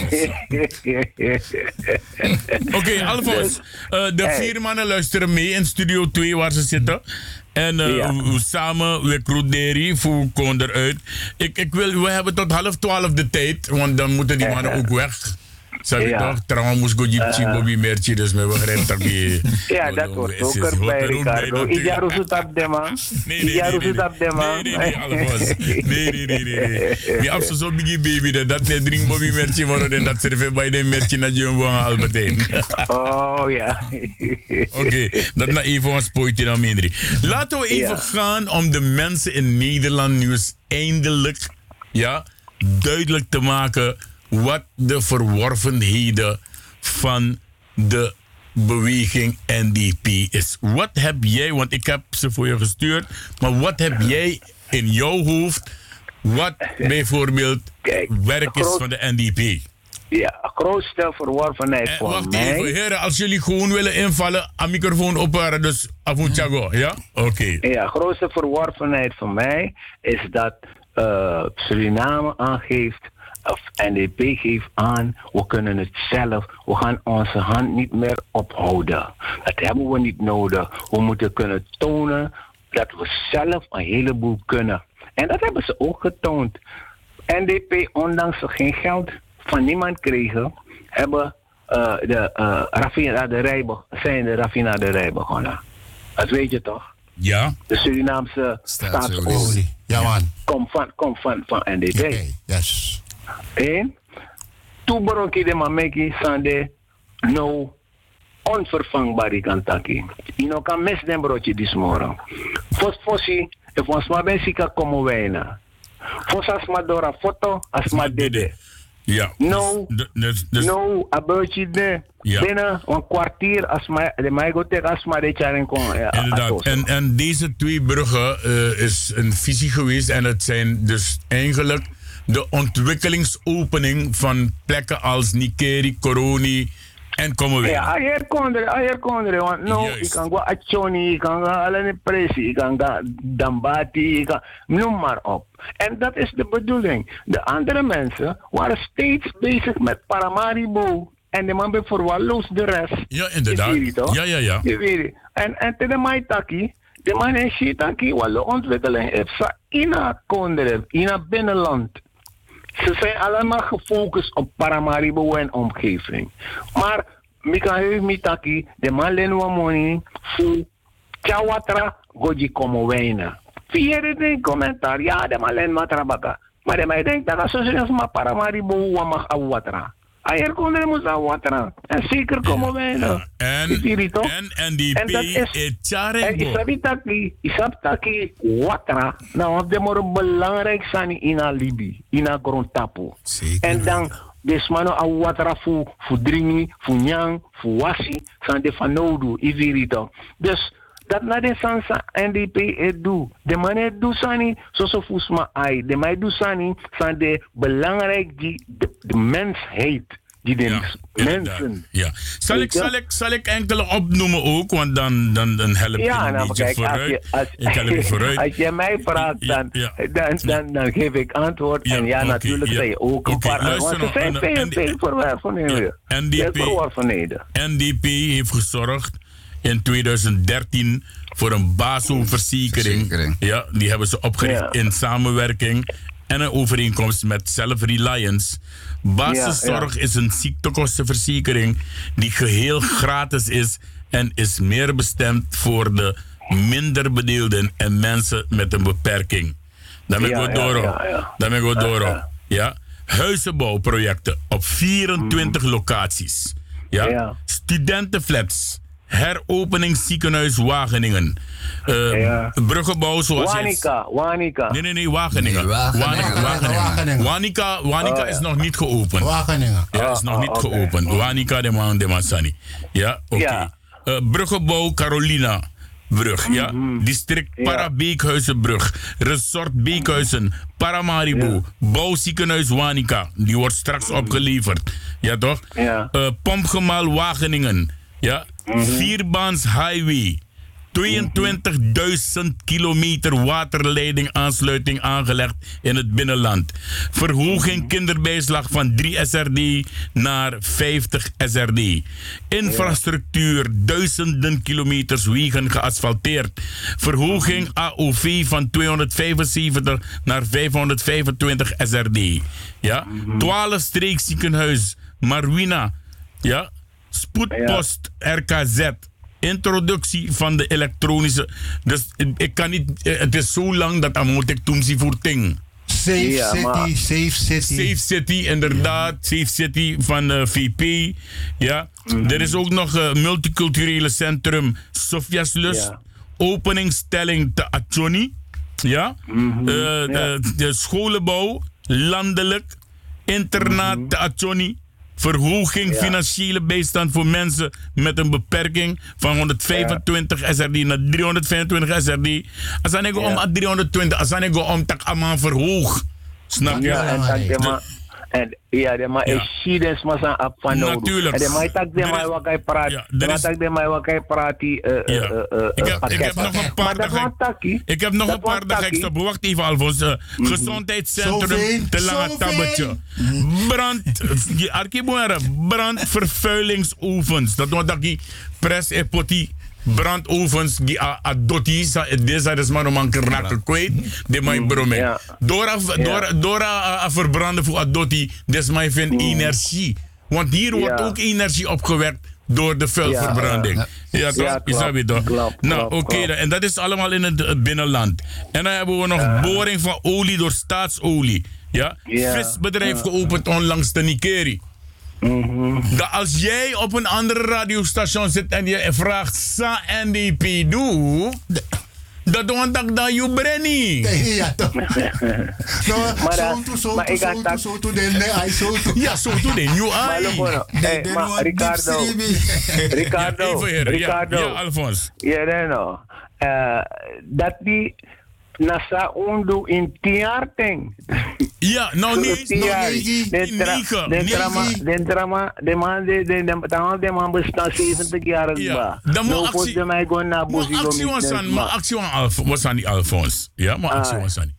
Oké, Alfons, de 4 mannen luisteren mee in Studio 2 waar ze zitten. En we samen, we croederen, voor kon eruit. We hebben tot 11:30 de tijd, want dan moeten die mannen ook weg. Zeg je toch? Trouwens moest ik je Bobby Merchie, dus we begrijpen dat je... Ja, dat wordt ook erbij, Ricardo. Ik ga rustig op de man. Nee, Alfons. Nee. Die afstand zo biggie baby, dat ne drink Bobby Merchie worden en dat serve bij de Merchie naar Jumbo en Albertijn. Oh, ja. Oké, dat nou even een spootje dan minder. Laten we even gaan om de mensen in Nederland nieuws eindelijk duidelijk te maken wat de verworvenheden van de beweging NDP is. Wat heb jij, want ik heb ze voor je gestuurd, maar wat heb jij in jouw hoofd, wat bijvoorbeeld werk is van de NDP? Ja, grootste verworvenheid voor wacht mij. Wacht even, heren, als jullie gewoon willen invallen, aan microfoon opwaren, dus Avunchago, ja? Oké. Ja, grootste verworvenheid voor mij is dat Suriname aangeeft, of NDP geeft aan, we kunnen het zelf. We gaan onze hand niet meer ophouden. Dat hebben we niet nodig. We moeten kunnen tonen dat we zelf een heleboel kunnen. En dat hebben ze ook getoond. NDP, ondanks ze geen geld van niemand kregen, hebben de raffinaderij begonnen. Dat weet je toch? Ja. De Surinaamse staatsolie. Ja, man. Komt van NDP. Okay, yes. En toen beronk je de mameki sande no onvervangbaar kantaki. Je kan mis den broodje die smoren. Fosfosi, if ons maar ben sika komen wijna. Fos asma dora foto, asma dede. Ja. No, no, abeurtje de. Ja. Binnen een kwartier, asma, de maigo tegen asma de charing kon. Inderdaad. En deze twee bruggen is een visie geweest. En het zijn dus eigenlijk de ontwikkelingsopening van plekken als Nikeri, Koroni en Kommerweg. Ja, hier kondre. Want no, ik kan go Achoni, ik kan go Alene Presi, ik kan go Dambati, noem maar op. En dat is de bedoeling. De andere mensen waren steeds bezig met Paramaribo. En de man verwaarloost de rest. Ja, inderdaad. Ja. En te de Maitaki, de man en Shitaki, wat de ontwikkeling heeft, ina kondre, ina binnenland. Ze zijn allemaal gefocust op Paramaribo en omgeving. Maar Mika heeft Mitaki, de man lenwa money, fu Chawatra, goji komo wijna. Vierde de commentaar, ja, de man lenwa trabaka. Maar de man denkt dat ze zijn maar Paramaribo wa mag awatra. Ayer kondre moet awatra. En zeker komo wijna. En NDP is Charengo. En isabitaki watra. Nou, wat de moro belangrijk zijn in Libi, in a grondtapu. En dan desmano awatra fu dringi, fu nyang, fu wasi, san de fanodu, ivirito. Dus dat na de sansa NDP doe. De man het doe sani, zo fusma ai. De man doe sani, san de belangrijk die de mensheid. Die de mensen. Ja. Zal ik enkele opnoemen ook, want dan help je een beetje vooruit. Ik help je vooruit. Als je mij vraagt, dan geef ik antwoord. En natuurlijk zei je ook een paar antwoorden. Want er zijn veel verwerven. NDP heeft gezorgd in 2013 voor een BASO-verzekering. Ja, die hebben ze opgericht in samenwerking en een overeenkomst met Self-Reliance. Basiszorg is een ziektekostenverzekering die geheel gratis is en is meer bestemd voor de minder bedeelden en mensen met een beperking. Daarmee gaan we door. Ja. Huizenbouwprojecten op 24 locaties. Ja. Studentenflats. Heropeningsziekenhuis Wageningen. Bruggenbouw zoals Wanica. Nee, Wageningen. Wanica is nog niet geopend. Wageningen. Ja, is nog niet geopend. Wanica de Mansani. Ja, oké. Bruggenbouw Carolina Brug. Ja. District Para-Beekhuizenbrug. Resort Beekhuizen. Paramaribo. Bouwziekenhuis Wanica. Die wordt straks opgeleverd. Ja, toch? Pompgemaal Wageningen. Ja, 4-baans highway. 22.000 kilometer waterleiding aansluiting aangelegd in het binnenland. Verhoging kinderbijslag van 3 SRD naar 50 SRD. Infrastructuur, duizenden kilometers wegen geasfalteerd. Verhoging AOV van 275 naar 525 SRD. Ja, 12 streekziekenhuis Marwina. Ja. Spoedpost RKZ. Introductie van de elektronische. Dus ik kan niet. Het is zo lang dat moet ik toen zie voor ting. Safe City, inderdaad. Safe City van VP. Ja. Er is ook nog een multiculturele centrum Sofia's Lust. Openingstelling te Achoni. Ja. De scholenbouw. Landelijk. Internaat te Achoni. Verhoging financiële bijstand voor mensen met een beperking van 125 SRD naar 325 SRD. Als ik go om 320, als ik go om tak allemaal verhoog. Snap je? De maar is shidens maar zijn op van nodig. Natuurlijk. En de maar tak de maar wat hij praat. Ik heb nog een paar dagen. Ik heb nog een paar dagen. Wacht even, Alfons. Gezondheidscentrum te Lange Tabbetje. Brandvervuilingsovens. Dat wordt dat pres en poti. Brandovens die adoti deze is maar om een kraken kwijt de mijn bromme door verbranden voor adoti des mij vind energie want hier wordt ook energie opgewekt door de vuilverbranding toch is dat weer toch nou oké, en dat is allemaal in het binnenland en dan hebben we nog boring van olie door Staatsolie visbedrijf geopend onlangs de Nikeri. Dat als jij op een andere radiostation zit en je vraagt, sa NDP doe, Dat want dat dan je brenni. Ja, toch. Zo to den nee, I so to. Ja, zo to den you ai. Maar Ricardo. Ja, Alfons. Ja, no. Dat die nasa undo in tiarting. Ja, nou niet. De man bestaan 70 jaar. Ja, dan moet actie was aan die Alfons. Ja, maar actie was aan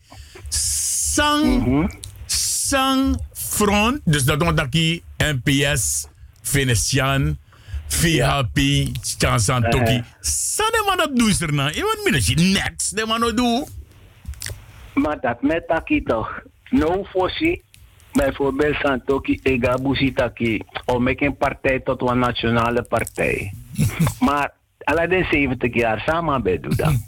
die. Sang front, dus dat want ik NPS, Venetian, VHP, Chansan Toki. Sade man dat doen ze nou. Iemand minstens next, de man dat doen. Maar dat met taki toch. No fossi. Bijvoorbeeld Santoki Egabusi taki. Of make een partij tot een nationale partij. Maar alle de 70 jaar samen bij doen dat.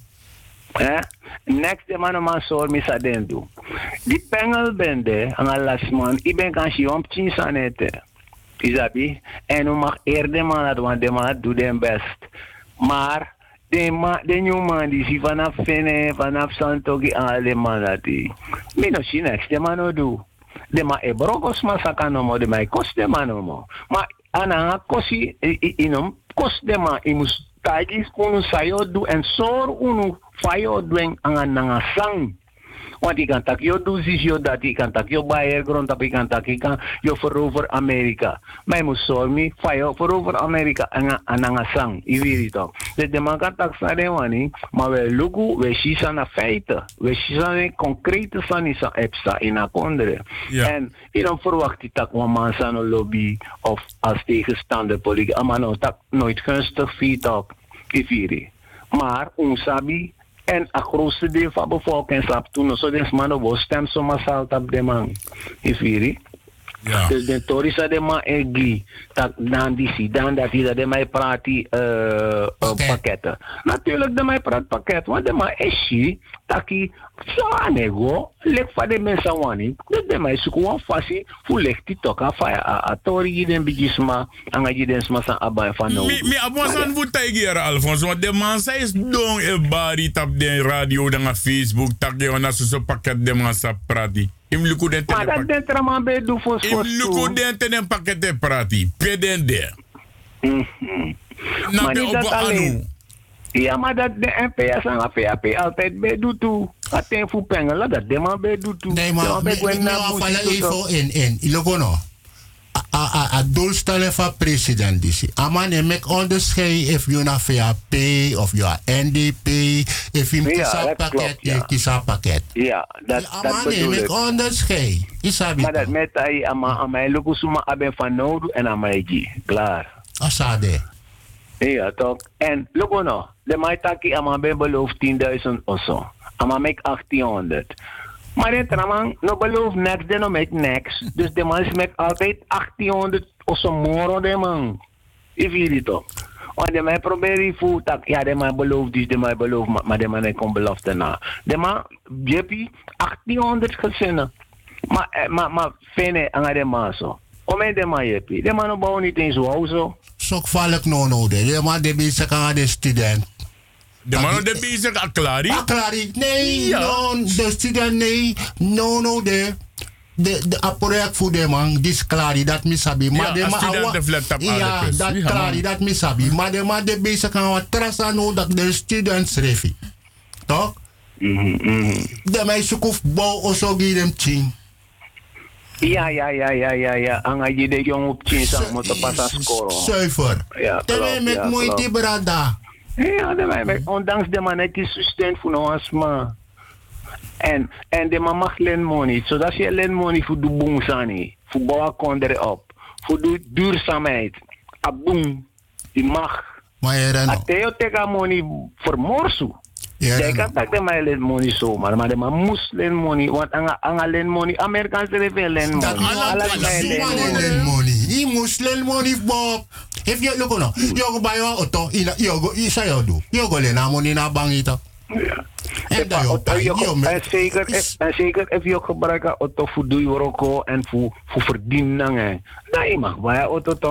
Next de man soor misa den doen. Die pengel bende aan alles man. Ik ben kan je om 10 sanete. Isabi. En u mag eerder man dat want de man doet den best. Maar de nieuwe man die zie vanaf Fene, vanaf Santoki alle man dat die. Mino si next de man no do. De man e brokos masakanomo de man kost de man no. Maar ana kosi inom kost de man imus tagis unu sayo do en sor unu fayo doen aan nanga sang. Want ik kan tak yo do zis yo dat ik kan tak yo bayer grond op ik kan tak ik kan yo verover Amerika. Maar je moet zorgen fayo verover Amerika aan nanga sang. I weet toch. De man kan tak sa de wani, maar we lugu we shisa na feiten. We shisa na concrete sanisa epsa in akondre. En je dan verwacht die tak een man san lobby of als tegenstander politiek. Amano tak nooit gunstig feet op. Ifiri. Maar onsabi en een grootste deel van de bevolking slaapt toen. Zo dus man wil stem zo massaal op de man. Ifiri. Ja. Dus de Torisa de man egi. Dat dan die zie dan dat hij de mij praat pakketten. Natuurlijk de mij praat pakket. Want de man is zie dat hij zo anego lek van de mensen wani. Dus de mij zoeken een fasie voor lek die toch af a tori den bigisma anga den sma san abai van nou. Mi abosan vutaigira Alfons. Want de man zei is dong e bari tap den radio dan Facebook tak je ona so pakket de man sa prati. Im luku den maar dat den traman be do fos fos. Im luku den tenen pakket de prati. Pedende. Maar niet dat alleen. Ja, maar dat de NPS en de VAP altijd bij doet toe. Dat is voor pengelen, dat de man bij doet toe. Nee, maar ik even in. Ilogono. A doelstelling van president is. Aman, make onderscheid if you na VAP of you are NDP. If you kies een pakket, je kies een pakket. Ja, dat bedoel ik. Make onderscheid. Maar dat met hij aan mij lukken suma aben van nodig en aan mij die. Klaar. Asade. Ja, toch. En Logono, de maitaki aan mij belooft 10.000 of zo. Aan mij make 1800. Maar de traman no belooft niks, de no make niks. Dus de man make altijd 1800 of zo moro de man. Ik weet het toch. Want de man probeert voor dat, ja, de man belooft dus, de man belooft, maar de man heeft een belofte na. De man, jeppie, 1800 gezinnen. Maar fene aan de man zo. Om de man jeppie. De man bouwt niet eens zo zo. Zo val ik de man de bezig aan de student. De man de bezig aan Clary? Clary, nee, ja. No, de student nee, no, de project voor de man, die is Clary, dat misabi. Maar de man, ja, dat Clary, dat misabi. Maar de man de bezig aan wat trasa no dat de students refi. Toch? De man zoekt bouw of zo hem ching. Ja. Anga je de jong op 10 zou moeten passen scoren. Zuiver. Ja, klopt. Met moeite brada. Ja, ondanks de man het is sustain voor ons man. En de man mag len money. Zodat je len money voor de boomsani. Voor bouwen konderen op. Voor de duurzaamheid. A boom. Die mag. Maar je reno. A theo teka money voor morsu. Jij kan tak de man len money zomaar. Maar de man moest len money. Want anga len money. Amerikaanse reven len money. Alles len money. He moest len money Bob. If you look no, you go buy your auto, you go lena money na bang ito. Ja. En zeker, if je gebruikt auto voor duurroko en voor verdienen, dan je mag bij auto toch.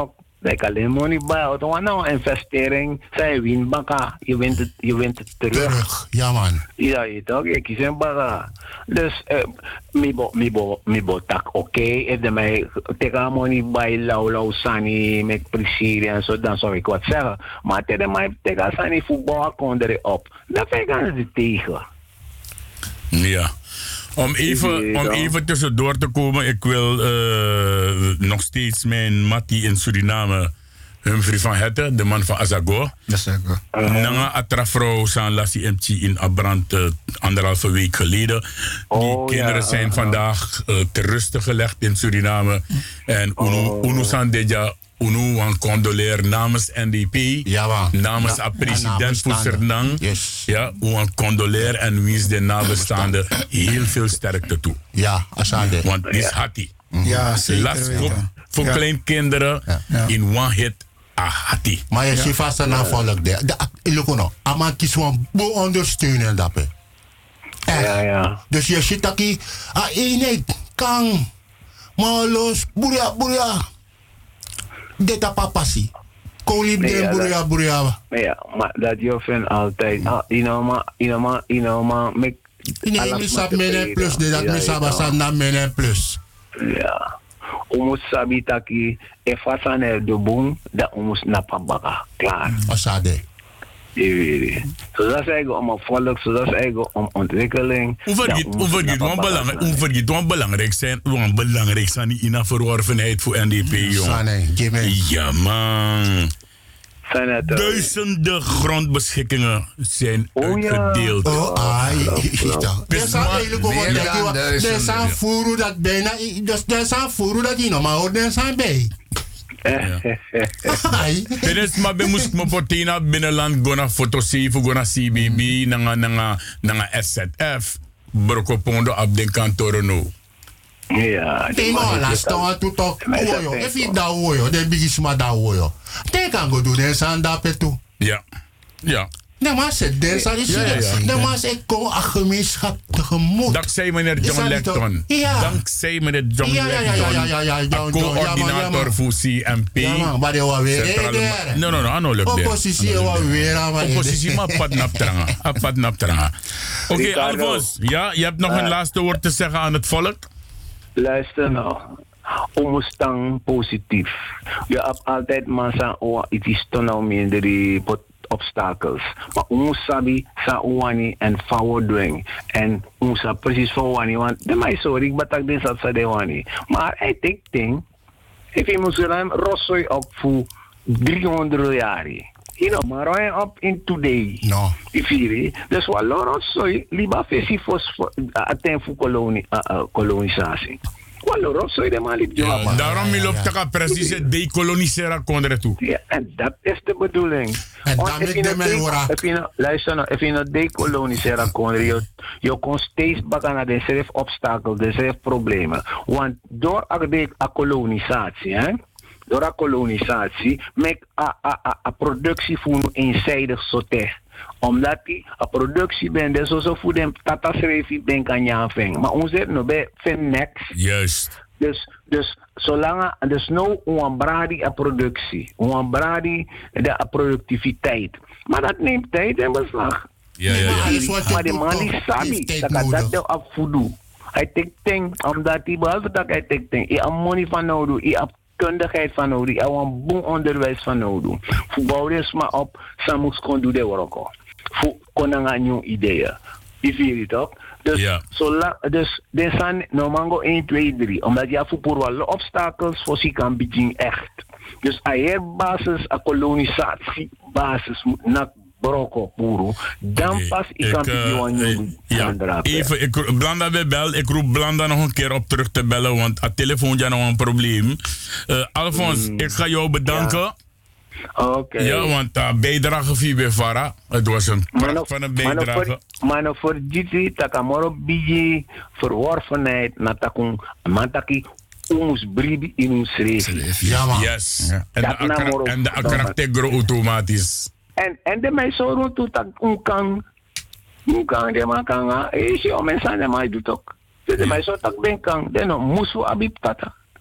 Like alleen money buyout. Want nou investering, zij wint baka. Je wint het terug. Ja man. Ja, je toch? Je kiest een baka. Dus, mi bo tak oké. If de mij teka money buy lau sani met plezier en zo, dan zou ik wat zeggen. Maar tegen mij teka sani voetbal kon erop. Dat vind ik aan het tegen. Ja. Om even tussendoor te komen, ik wil nog steeds mijn Mattie in Suriname, Humphrey van Hette, de man van Azago. Nanga atrafro san lasi MC in Abrand 1,5 week geleden. Die kinderen zijn vandaag ter ruste gelegd in Suriname. En Unu san deja Unu wan condoleer namens NDP, namens de president Poesernang. Ja, wan condoleer en wens de nabestaanden heel veel sterkte toe. Ja, asade. Want die is hati. Ja, zeker. Last voor kleinkinderen in one hit. Hati. Maar je ziet vast een volk daar. De Ama kies gewoon ondersteunen dat. Ja. Dus je ziet dat je nee, kan. Maar los, boeria. Dit is papassie. Kolib de boeria. Maar dat je vindt altijd. Misap menen plus. Dat misap san menen plus. Ja. Omus sabi taki efasane de boom dat omus napabaka. Klaar. Asade. Zo dat is eigenlijk om een volk, zo dat is eigenlijk om ontwikkeling. Hoe vergeet wat belangrijk zijn in de verworvenheid voor NDP, jongen. Ja, man. Duizenden grondbeschikkingen zijn uitgedeeld. Er zijn voeren dat bijna, er zijn voeren dat je nog maar hoort, er zijn bij. Tenes maar bij moest me portina binnenland gona fotoseven gona CBB nanga SZF brokopondo op den kantoren no. Ja. Tengo la sta tu to. Oyo, if you da oyo, de bigisma da oyo. Te kan go do den sanda petu. Ja. Ja. Nee, maar ze den sa is. Nee, maar ze kom a gemeenschap tegemoet. Dankzij meneer John Lecton. Dankzij meneer John Lecton. Coördinator voor CMP. Ja, maar die was weer. No, lukt oppositie was weer. Oppositie, maar pad naptranga. Oké, Alfons. Ja, je hebt nog een laatste woord te zeggen aan het volk? Luister nou. Omustang positief. Je hebt altijd massa het is toch nou minder obstakels. Maar ons sabi sa uwani en forward doing. En ons precies voor wani. Want de mij sorry, ik batak dit zat sa de wani. Maar I take thing. If je moet ruim rossoy op voor 300 jaar. You know, maar ruim op in today. No. Dus wat rossoy liba fesi voor aten voor kolonisatie. Daarom wil ik toch precies decoloniseren konden toe. Ja, en dat is de bedoeling. En daarmee de mij luister nou, als je nou decoloniseren kon, je kon steeds bakken naar de obstakels, de problemen. Want door de kolonisatie, door de kolonisatie, maak a productie voor eenzijdig sote. Omdat die a productie bent, dus zo voor de tata schreef ben kan je maar ons het no bij vind niks. Juist. Dus zolang dus nou onbradi a productie, onbradi de productiviteit, maar dat neemt tijd in beslag. Ja. Maar de man is sabi, dat de afvoedu. Hij tikt omdat hij behalve dat hij tikt, hij a money van nodig, hij a kundigheid van nodig, hij a een boom onderwijs van nodig. Voetbal is maar op, samus kon doen de werk. Voor konanga nieuwe ideeën. Die vier je toch? Dus, dus er zijn normaal 1, 2, 3. Omdat je voor alle obstakels voor zich kan bieden echt. Dus a basis, a kolonisatie basis moet naar broko puro. Dan pas ik kan bieden even, ik roep Blanda nog een keer op terug te bellen, want het telefoon is nog een probleem. Alfons, ik ga jou bedanken. Ja. Okay. Ja, want bijdrage via Vara. Het was een pracht van een bijdrage. Maar voor dit takamoro biji verworvenheid natakung mataki ons bribi in ons schreef. Ja, man. Yes. Ja. En de karakter automatisch. En de mij zo rond toe tak kan de man kan is je mensen de mij doet ook. De mij zo tak ben kan de no musu abib tata.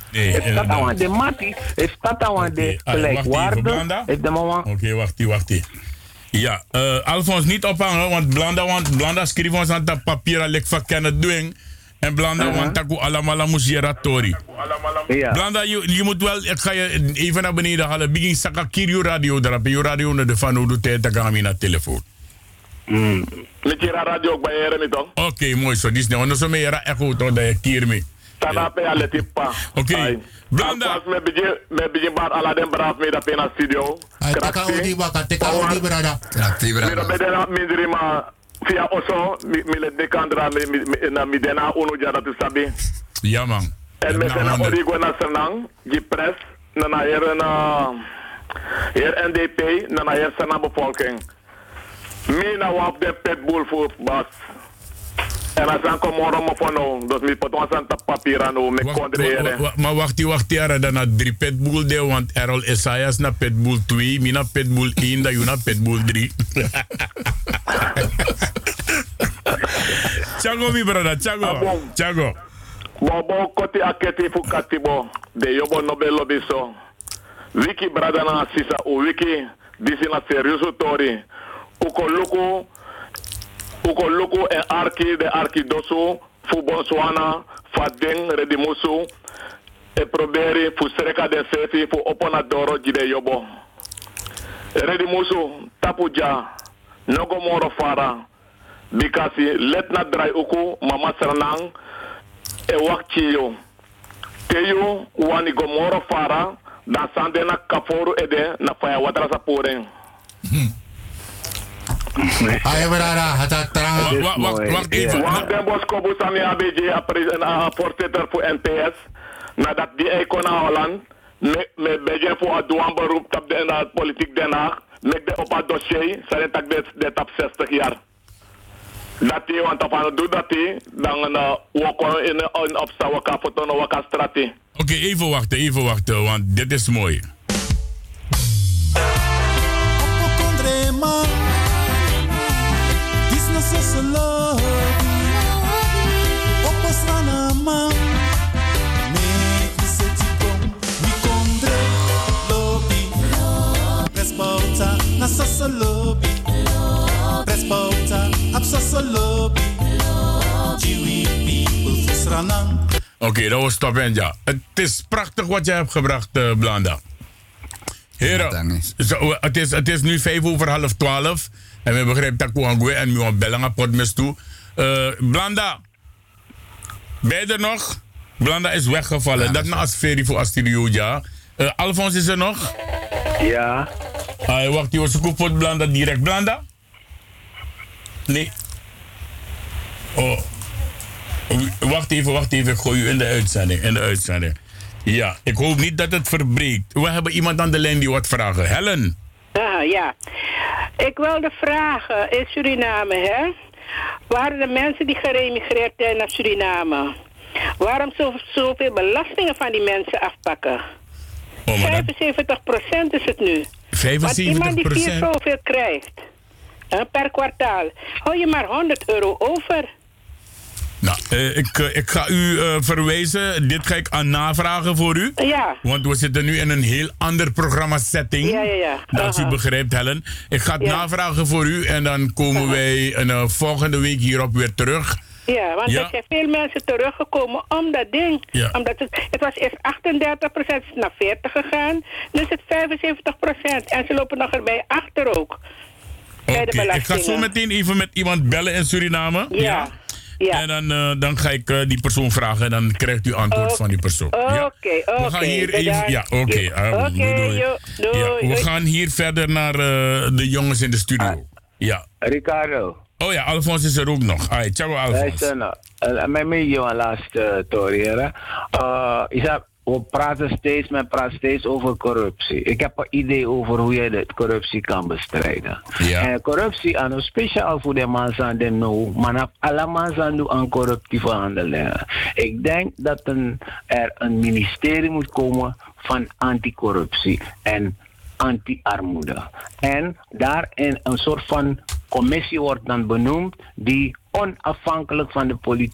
Nee, Het staat aan de mati, het staat aan de gelijkwaarde. Oké, wacht. Ja, Alfons, niet ophangen, want Blanda schreef ons aan het papier dat van kennen doen. En Blanda, want dat allemaal moest je ratori. Blanda, je moet wel, ik ga je even naar beneden halen. Begin sakakir je radio erop. Je radio naar de van hoe doet het, dan gaan we naar de telefoon. Met je radio ook bij je niet toch? Oké, mooi zo. Die is niet, want dan is het echt goed dat je kier mee. Tanape ya letipa. Oké. Blanda. Me begin bar ala den braaf mee dat in de studio. Teka odi brada. Krakti brada. Me bedena mindri ma via oso mi le dekandra mi dena uno jara tu sabi. Ja man. En me sena odi go na senang, die press na hier NDP na hier sana bevolking. Mi na wap de pitbull voor bas. En als ik kom om van nou, dus mi pot ons aan het papier aan nou, me kondreren. Maar wacht hier, dan na 3 pitbull de, want Errol Esaias na pitbull 2, mi na pitbull 1, dat je na pitbull 3. Chago mi brada, chago. Bobo koti aketi fu katibo, de yobo nobel lobby so. Wiki brada na sisa o wiki, disi na serioso tori. Uko luku en arki de arkidosu fu Botswana fading redimusu e proberi fu sereka de sefi fu opona doro jide yobo redimusu tapuja nogo moro fara bikasi letna drai uku mama sernang e wakchiyo teyo wani go moro fara dan sande na kaforu ede na faya watara sapuren Ayo brada, hata terang. Wacht even. Want Den Bosch Kobu Sami ABG, voorzitter voor NPS, nadat die icon naar Holland, met begin voor het douaneberoep op de politiek Den Haag, met de op het dossier, zijn het de top 60 jaar. Dat die, want op aan doet dat die, dan wakon in opstaan, wakka foto, wakka strati. Oké, even wachten, want dit is mooi. So love Oposana man Me isetiko Mi kondre lobby Respauta Na sasa lobby Respauta Absasa lobby Jiwi people Fusranang. Oké, dat was top en ja. Het is prachtig wat je hebt gebracht, Blanda. Heren, het is nu 11:05. En we begrijpen dat we gaan en we gaan bellen naar Potmes toe. Blanda, ben je er nog? Blanda is weggevallen. Ja, dat na Asferi voor Astirio, ja. Alfons is er nog? Ja. Wacht, je was ook voor Blanda direct. Blanda? Nee. Oh. Wacht even. Ik gooi u in de uitzending. Ja, ik hoop niet dat het verbreekt. We hebben iemand aan de lijn die wat vragen. Helen? Ja. Ik wilde vragen, in Suriname, hè? Waren de mensen die geremigreerd zijn naar Suriname, waarom zoveel belastingen van die mensen afpakken? 75% is het nu. 75%? Want iemand die 4 zoveel krijgt, per kwartaal, hou je maar €100 over. Nou, ik ga u verwijzen. Dit ga ik aan navragen voor u. Ja. Want we zitten nu in een heel ander programma-setting. Ja. Als u begrijpt, Helen. Ik ga het navragen voor u en dan komen wij volgende week hierop weer terug. Ja, want er zijn veel mensen teruggekomen om dat ding. Ja. Omdat het was eerst 38%, is naar 40% gegaan. Nu is het 75%. En ze lopen nog erbij achter ook. Oké, ik ga zo meteen even met iemand bellen in Suriname. Ja. En dan ga ik die persoon vragen en dan krijgt u antwoord van die persoon. Oké. We gaan hier even. Ja, oké. Doei. We gaan hier verder naar de jongens in de studio. Ja. Ricardo. Oh ja, Alfons is er ook nog. Ciao, Alfons. Luister nou. Met mij, jongen, laatste Tori. We praten steeds over corruptie. Ik heb een idee over hoe je de corruptie kan bestrijden. Ja. En corruptie aan speciaal voor de mensen die nou, maar alle mensen doen aan corruptieve handelingen. Ik denk dat er een ministerie moet komen van anticorruptie en anti-armoede. En daarin een soort van commissie wordt dan benoemd die onafhankelijk van de politiek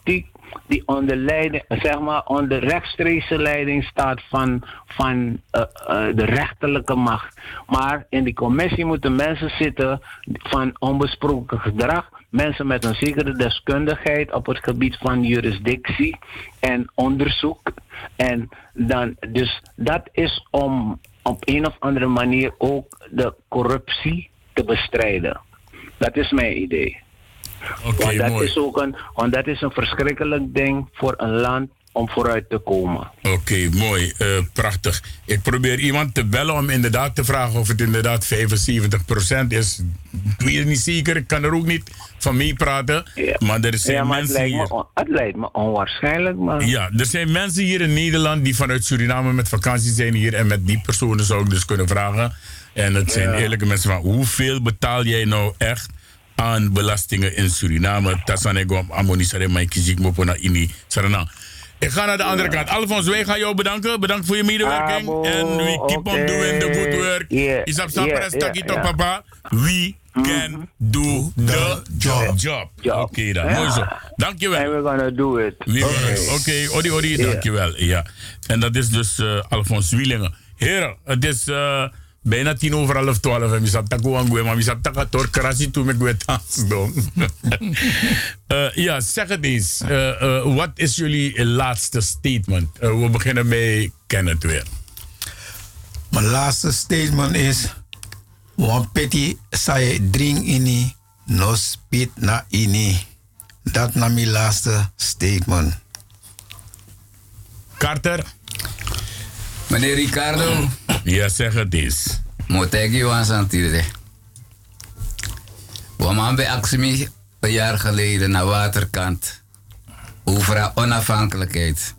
die onder leiding, zeg maar, onder rechtstreekse leiding staat van de rechterlijke macht. Maar in die commissie moeten mensen zitten van onbesproken gedrag. Mensen met een zekere deskundigheid op het gebied van jurisdictie en onderzoek. En dan, dus dat is om op een of andere manier ook de corruptie te bestrijden. Dat is mijn idee. Oké, mooi. Want dat is een verschrikkelijk ding voor een land om vooruit te komen. Oké, mooi. Prachtig. Ik probeer iemand te bellen om inderdaad te vragen of het inderdaad 75% is. Ik weet het niet zeker, ik kan er ook niet van meepraten. Ja. Maar er zijn mensen hier... Het lijkt me onwaarschijnlijk, man. Ja, er zijn mensen hier in Nederland die vanuit Suriname met vakantie zijn hier. En met die personen zou ik dus kunnen vragen. En het zijn eerlijke mensen van, hoeveel betaal jij nou echt aan belastingen in Suriname? Tassanego, Amonisare, Maiki, Zikmopona, Ini, Sarana. Ik ga naar de andere kant. Alfons, wij gaan jou bedanken. Bedankt voor je medewerking. En we keep on doing the good work. Isap Sapres, Takito Papa. We can do the job. Oké, dan. Mooi zo. Dankjewel. And we're gonna do it. Oké, Odi, dankjewel. Ja. En dat is dus Alfons Wielingen. Heren, het is... bijna 11:10 en we zaten gewoon maar we zaten door krasi toen ik weer thuis doen. Ja, zeg het eens. Wat is jullie laatste statement? We beginnen met Kenneth weer. Mijn laatste statement is: wan peti say drink ini, no spit na ini. Dat na mijn laatste statement. Carter. Meneer Ricardo. Ja, zeg het eens. Motegi was aan het we bij Aximi een jaar geleden naar Waterkant over onafhankelijkheid.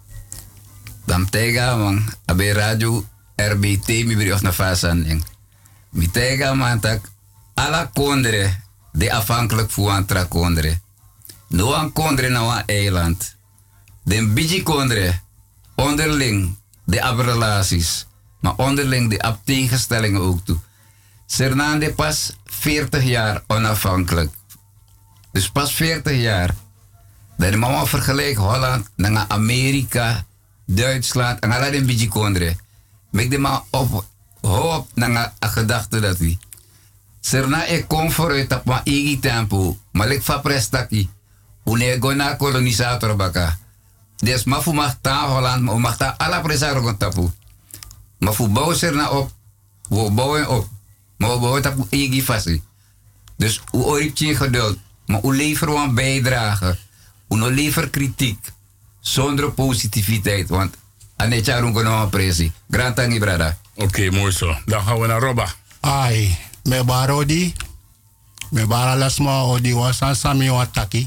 Dan tega man, bij radio RBT mi beri of na fasanding. Mi tega man tak ala kondre de afhankelijk voor antra kondre. No an kondre na een eiland. Den biji kondre onderling de abrelaties. Maar onderling de tegenstellingen ook toe. Suriname pas 40 jaar onafhankelijk. Dus pas 40 jaar. Dat is mama vergelijken Holland, naar Amerika, Duitsland en alle die beetje kondre. Mek de man op naar een gedachte dat wie. Suriname komt vooruit op mijn eigen tempo. Maar ik van prestaki. Hoe go naar kolonisator baka. Dus maar voor mag ta Holland, maar mag ta alle presaren tapu. Maar voor bouwen ze er op, we bouwen op. Maar we bouwen het op eigen fasie. Dus hoe ooit je geduld, maar hoe leveren we een bijdrage, hoe leveren kritiek, zonder positiviteit. Want aan jaar gaan we pressie. Grand tangi brada. Oké, mooi zo. Dan gaan we naar Robba. Ai, me barodi, me baralasma odi wasan sami wataki.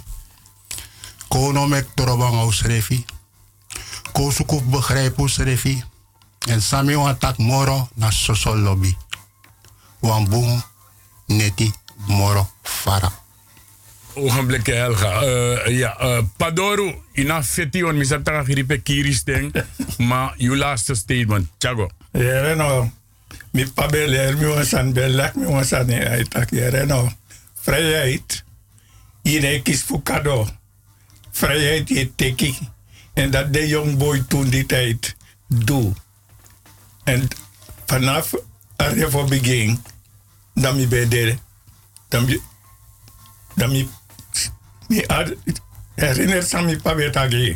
Kono mek torobang ausrefi. Ko sukuf begrijp ausrefi. En sami wan tak moro na sosol lobby. Wan boom neti moro fara. Ogenblik Helga. Padoru, ina feti on misaptaka giripe kiristeng. Maar je laatste statement. Chago. Ja, no. Mi pabel mi wasan belak mi wasan aitak. Ja, no. Vrijheid. Iedereen kiest voor cadeau. Vrijheid je teki. En dat de jong boy toen die tijd doe. En vanaf er voor begin, dan mi bedere, dan mi herinner aan mi pabetagi.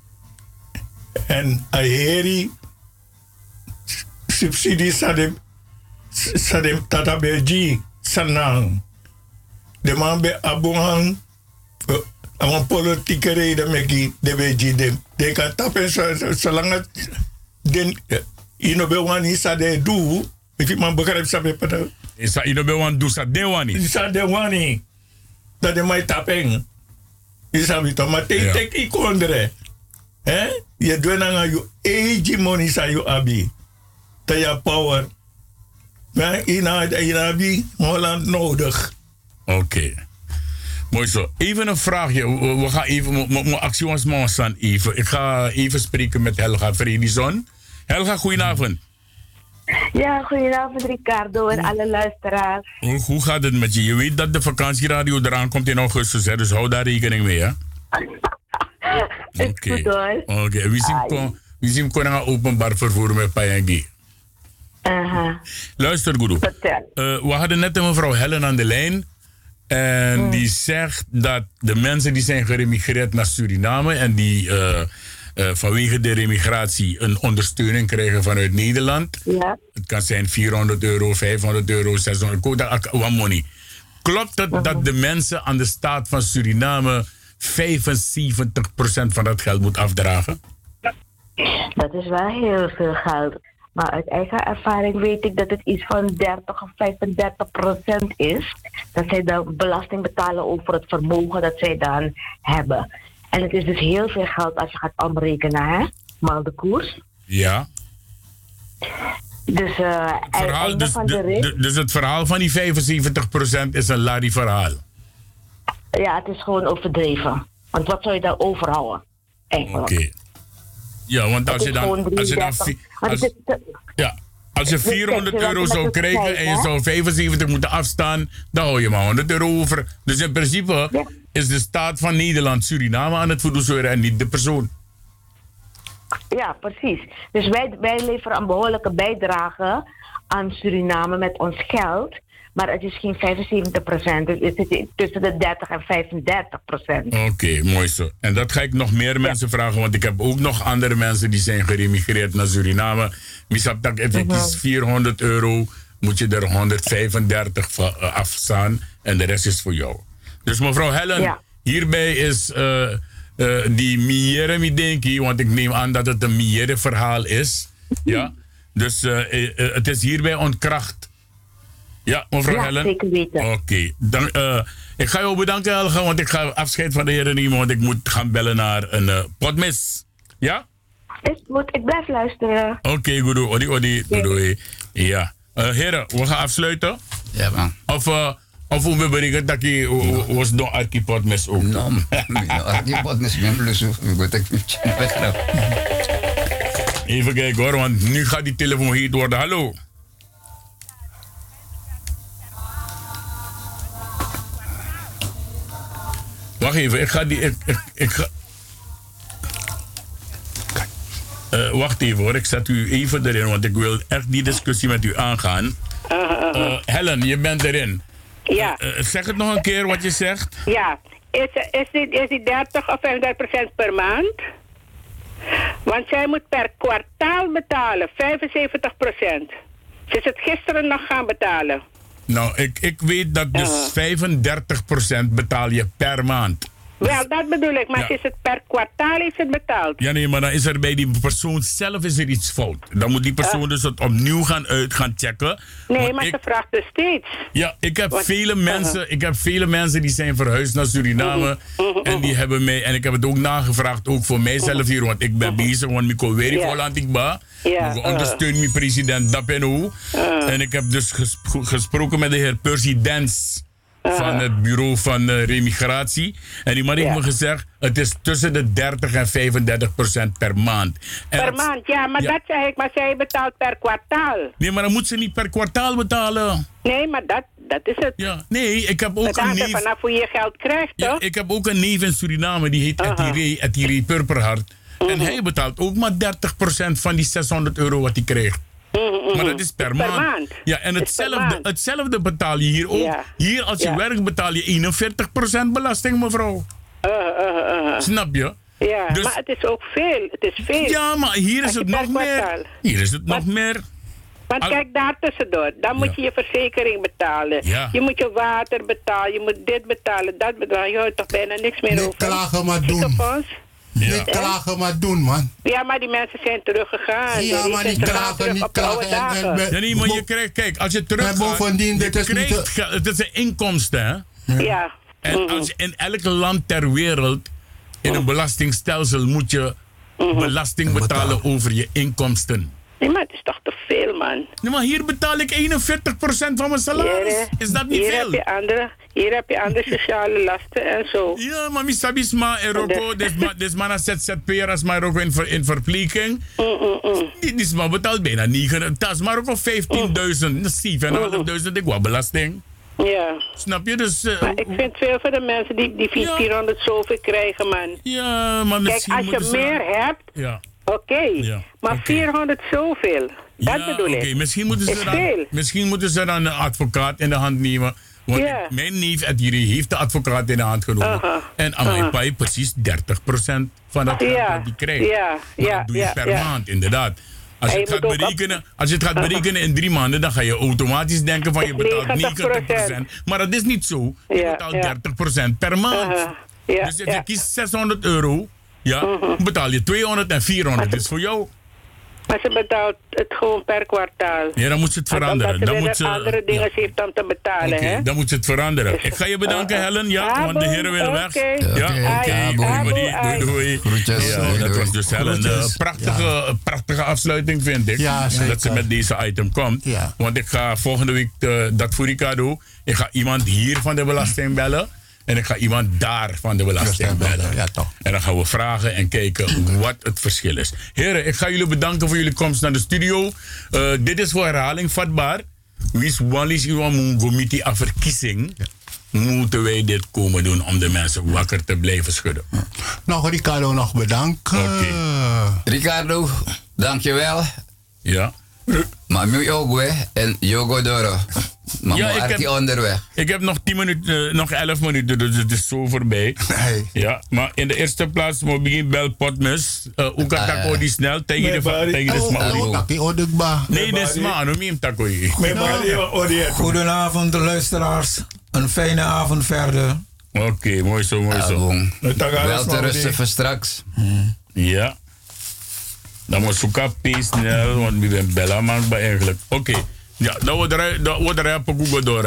En aheri subsidie sadem tata beji sanang. De man be abongang aan politieke reden meki de beji de kan tapen zolang het den inobewan isa de du if man begrijpt sabe pada isa inobewan du sa de wani isa de wani dat de mai tapen isa vito mate tek ikondre je dwenanga you age money sa you abi ta ya power maar ina bi Holland nodig. Oké. Mooi zo. Even een vraagje. We gaan even mijn actie was man even. Ik ga even spreken met Helga Fredison. Helga, goedenavond. Ja, goedenavond Ricardo en alle luisteraars. Hoe gaat het met je? Je weet dat de vakantieradio eraan komt in augustus, hè? Dus hou daar rekening mee, hè? Goed hoor. Oké, wie zien kon naar openbaar vervoer met Payangi? Luister, Guru. We hadden net een mevrouw Helen aan de lijn. En die zegt dat de mensen die zijn geremigreerd naar Suriname en die vanwege de remigratie een ondersteuning krijgen vanuit Nederland. Ja. Het kan zijn €400, €500, €600, one money. Klopt het dat de mensen aan de staat van Suriname 75% van dat geld moet afdragen? Dat is wel heel veel geld. Maar uit eigen ervaring weet ik dat het iets van 30 of 35% is. Dat zij dan belasting betalen over het vermogen dat zij dan hebben. En het is dus heel veel geld als je gaat omrekenen, hè? Maal de koers. Ja. Dus, dus het verhaal van die 75% is een larry verhaal. Ja, het is gewoon overdreven. Want wat zou je daar overhouden? Oké. Ja, want als je €400 zou krijgen en je zou 75 moeten afstaan, dan hou je maar €100 over. Dus in principe is de staat van Nederland Suriname aan het voedselzeuren en niet de persoon. Ja, precies. Dus wij leveren een behoorlijke bijdrage aan Suriname met ons geld. Maar het is geen 75%. Het zit tussen de 30 en 35%. Oké, mooi zo. En dat ga ik nog meer mensen vragen, want ik heb ook nog andere mensen die zijn geremigreerd naar Suriname. Misap dat effectief €400, moet je er 135 afstaan en de rest is voor jou. Dus mevrouw Helen, hierbij is die Miere Midenki, want ik neem aan dat het een Miere verhaal is. Ja? Dus het is hierbij ontkracht. Ja, mevrouw Helen? Zeker weten. Oké. Ik ga jou bedanken, Helga, want ik ga afscheid van de heren nemen, want ik moet gaan bellen naar een potmis. Ja? Is goed, ik blijf luisteren. Oké, goed. Odi. Ja. Heren, we gaan afsluiten. Ja, man. Of hoe we bereiken dat je was door Arki potmis ook? No, Arki potmis, mijn plus. Even kijken hoor, want nu gaat die telefoon heet worden. Hallo? Wacht even, wacht even hoor, ik zet u even erin, want ik wil echt die discussie met u aangaan. Helen, je bent erin. Ja. Zeg het nog een keer wat je zegt. Ja, is die 30 of 35% per maand? Want zij moet per kwartaal betalen, 75%. Ze is het gisteren nog gaan betalen. Nou, ik weet dat dus 35% betaal je per maand. Wel, dat bedoel ik, maar is het per kwartaal is het betaald. Ja, nee, maar dan is er bij die persoon zelf is er iets fout. Dan moet die persoon dus het opnieuw gaan checken. Nee, maar ze vraagt dus steeds. Ja, ik heb vele mensen die zijn verhuisd naar Suriname. En die hebben mij, en ik heb het ook nagevraagd, ook voor mijzelf hier, want ik ben bezig, want ik wil weer Holland ik ba. Ik ondersteun mijn president Dapeno. En ik heb dus gesproken met de heer Percy Dens. Van het bureau van remigratie. En die man heeft me gezegd, het is tussen de 30 en 35% per maand. Per maand, ja, maar dat zeg ik, maar zij betaalt per kwartaal. Nee, maar dan moet ze niet per kwartaal betalen. Nee, maar dat is het. Ja, nee, ik heb ook een neef. Vanaf hoe je geld krijgt, toch? Ik heb ook een neef in Suriname, die heet Attiré Purperhart. En hij betaalt ook maar 30% van die €600 wat hij krijgt. Maar dat is per maand. Ja, en hetzelfde betaal je hier ook. Hier, als je werkt, betaal je 41% belasting, mevrouw. Snap je? Ja, dus, maar het is ook veel. Het is veel. Ja, maar hier is het nog meer. Hier is het nog meer. Want kijk daar tussendoor. Dan moet je je verzekering betalen. Ja. Je moet je water betalen. Je moet dit betalen, dat betalen. Je hoort toch bijna niks meer over. Klagen maar doen. Niet klagen, maar doen, man. Ja, maar die mensen zijn teruggegaan. Ja, maar niet klagen, niet klagen. Ja, nee, maar je krijgt, kijk, als je teruggaat, bovendien, het is een inkomsten, hè? Ja. En als je in elk land ter wereld, in een belastingstelsel, moet je belasting betalen over je inkomsten. Nee, maar het is toch te veel, man. Nee, maar hier betaal ik 41% van mijn salaris. Is dat niet veel? Hier heb je andere sociale lasten en zo. Ja, maar misabisma en Roko, dus man als ZZP'er als Marokko in verpleeging. Die man betaalt bijna 9. Dat is Marokko 15.000, 7.500, ik wou belasting. Ja. Snap je? Dus, maar ik vind veel van de mensen die 400 zoveel krijgen, man. Ja, maar kijk, als je meer hebt, oké. Maar 400 zoveel, dat bedoel ik. Misschien moeten ze dan een advocaat in de hand nemen. Want mijn neef Edjiri heeft de advocaat in de hand genomen. En Amai precies 30% van dat geld wat die krijgt. Dat doe je per maand, inderdaad. Als je het gaat berekenen in 3 maanden, dan ga je automatisch denken van je betaalt 90%. Maar dat is niet zo. Je betaalt 30% per maand. Dus als je kiest €600, betaal je 200 en 400. Dat is voor jou. Maar ze betaalt het gewoon per kwartaal. Ja, dan moet ze het veranderen. Dan moet ze andere dingen heeft om te betalen. Oké, dan moet ze het veranderen. Ik ga je bedanken, Helen. Ja, want de heren willen weg. Doei. Ja, dat was dus Helen. Prachtige afsluiting, vind ik. Ja, zeker. Dat ze met deze item komt. Ja. Want ik ga volgende week dat voor Ricardo. Ik ga iemand hier van de belasting bellen. En ik ga iemand daar van de belasting bellen. Ja, toch. En dan gaan we vragen en kijken wat het verschil is. Heren, ik ga jullie bedanken voor jullie komst naar de studio. Dit is voor herhaling vatbaar. Wie is Wallis Iwan Gomiti aan verkiezing? Moeten wij dit komen doen om de mensen wakker te blijven schudden? Nog Ricardo, nog bedankt. Ricardo, dankjewel. Ja. Maar nu ook weer en Jogo Doro. Maar onderweg. Ik heb nog 10 minuten, nog 11 minuten, dus het is zo voorbij. Nee. Ja, maar in de eerste plaats moet ik bel potmes. Hoe kan tako die snel tegen de sma? Nee, de sma, noem je hem tako. Goedenavond, de luisteraars. Een fijne avond verder. Oké, mooi zo, mooi zo. Wel te rusten voor straks. Ja. Dan moet ik snel, want we zijn bellen, man, eigenlijk. Oké. Ja, dan wordt er een Google door.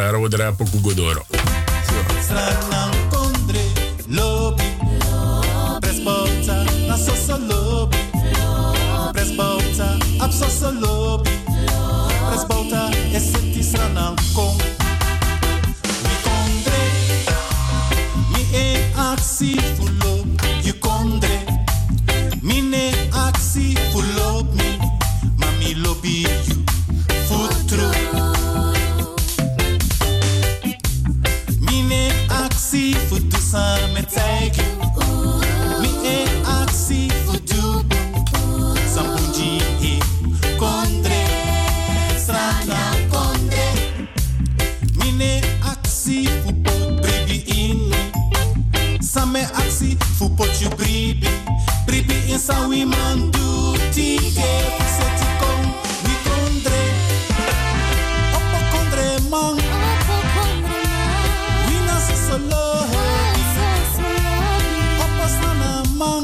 Strana kondre lobby, presbouta na sosa lobby, presbouta absosa lobby, presbouta eseti strana kon. Mi kondre, mi e actie fulop, je kondre, mi ne actie fulop mi, mami lobby you. Mine actie voor de samen tijgen. Mine actie voor de Sambunji e kondre. Strana kondre. Mine actie voor pot bribi in. Same actie voor potje bribi. Bribi in sawi man do tige. Seti kon. Man, we na so low, opa sana man.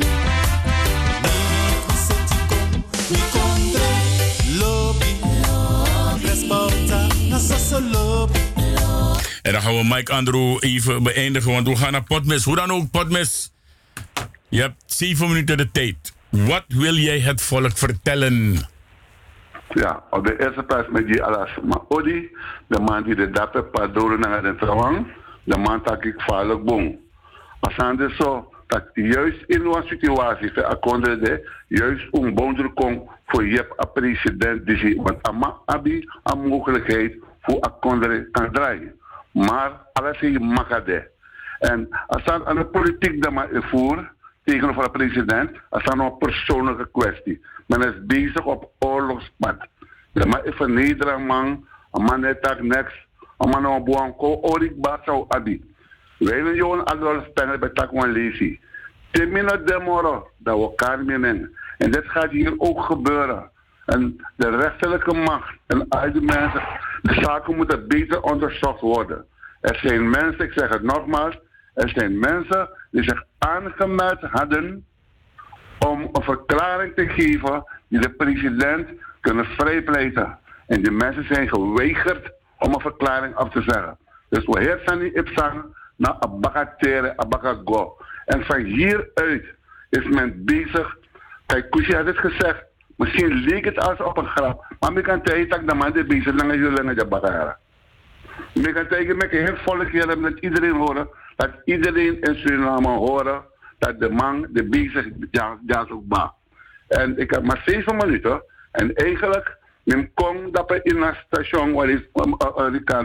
Mi kondre lobby, respouta na so lobby. En dan gaan we Mike Andrew even beëindigen, want we gaan naar Potmes. Hoe dan ook, Potmes. Je hebt 7 minuten de tijd. Wat wil jij het volk vertellen? Ja, op de eerste plaats met die alas. Maar Odi, de man die de dappe padoren naar de trouwang, de man dat ik vaarlijk boom. Als aan de zo, dat juist in een situatie voor akkoorden juist een boonder komt voor je president, want ama abi een mogelijkheid voor akkoorden kan draaien. Maar alles is makade. En als aan de politiek dat maar voert tegenover de president, als aan een persoonlijke kwestie. Men is bezig op oorlogspad. De man is vernederen, man. Een man heeft dat niks. Een man heeft een boanko. Orik basau abi. Wij willen jou een adol spelen bij tak one lazy. Termino demoro. Dat we elkaar menen. En dit gaat hier ook gebeuren. En de rechterlijke macht en al die mensen. De zaken moeten beter onderzocht worden. Er zijn mensen, ik zeg het nogmaals. Er zijn mensen die zich aangemeld hadden om een verklaring te geven die de president kunnen vrijpleiten. En die mensen zijn geweigerd om een verklaring af te zeggen. Dus we heersen niet opzang naar abakatere, abakago. En van hieruit is men bezig. Kijk, Kushi had het gezegd. Misschien leek het als op een grap. Maar ik kan tegen dat de man die bezig is, langer de bakara. Ik kan tegen met heel volk hier dat iedereen horen. Dat iedereen in Suriname horen. Dat de man, de bezig, ja ook maakt. En ik heb maar 7 minuten. En eigenlijk, men komt dat in een station waar is Ricardo,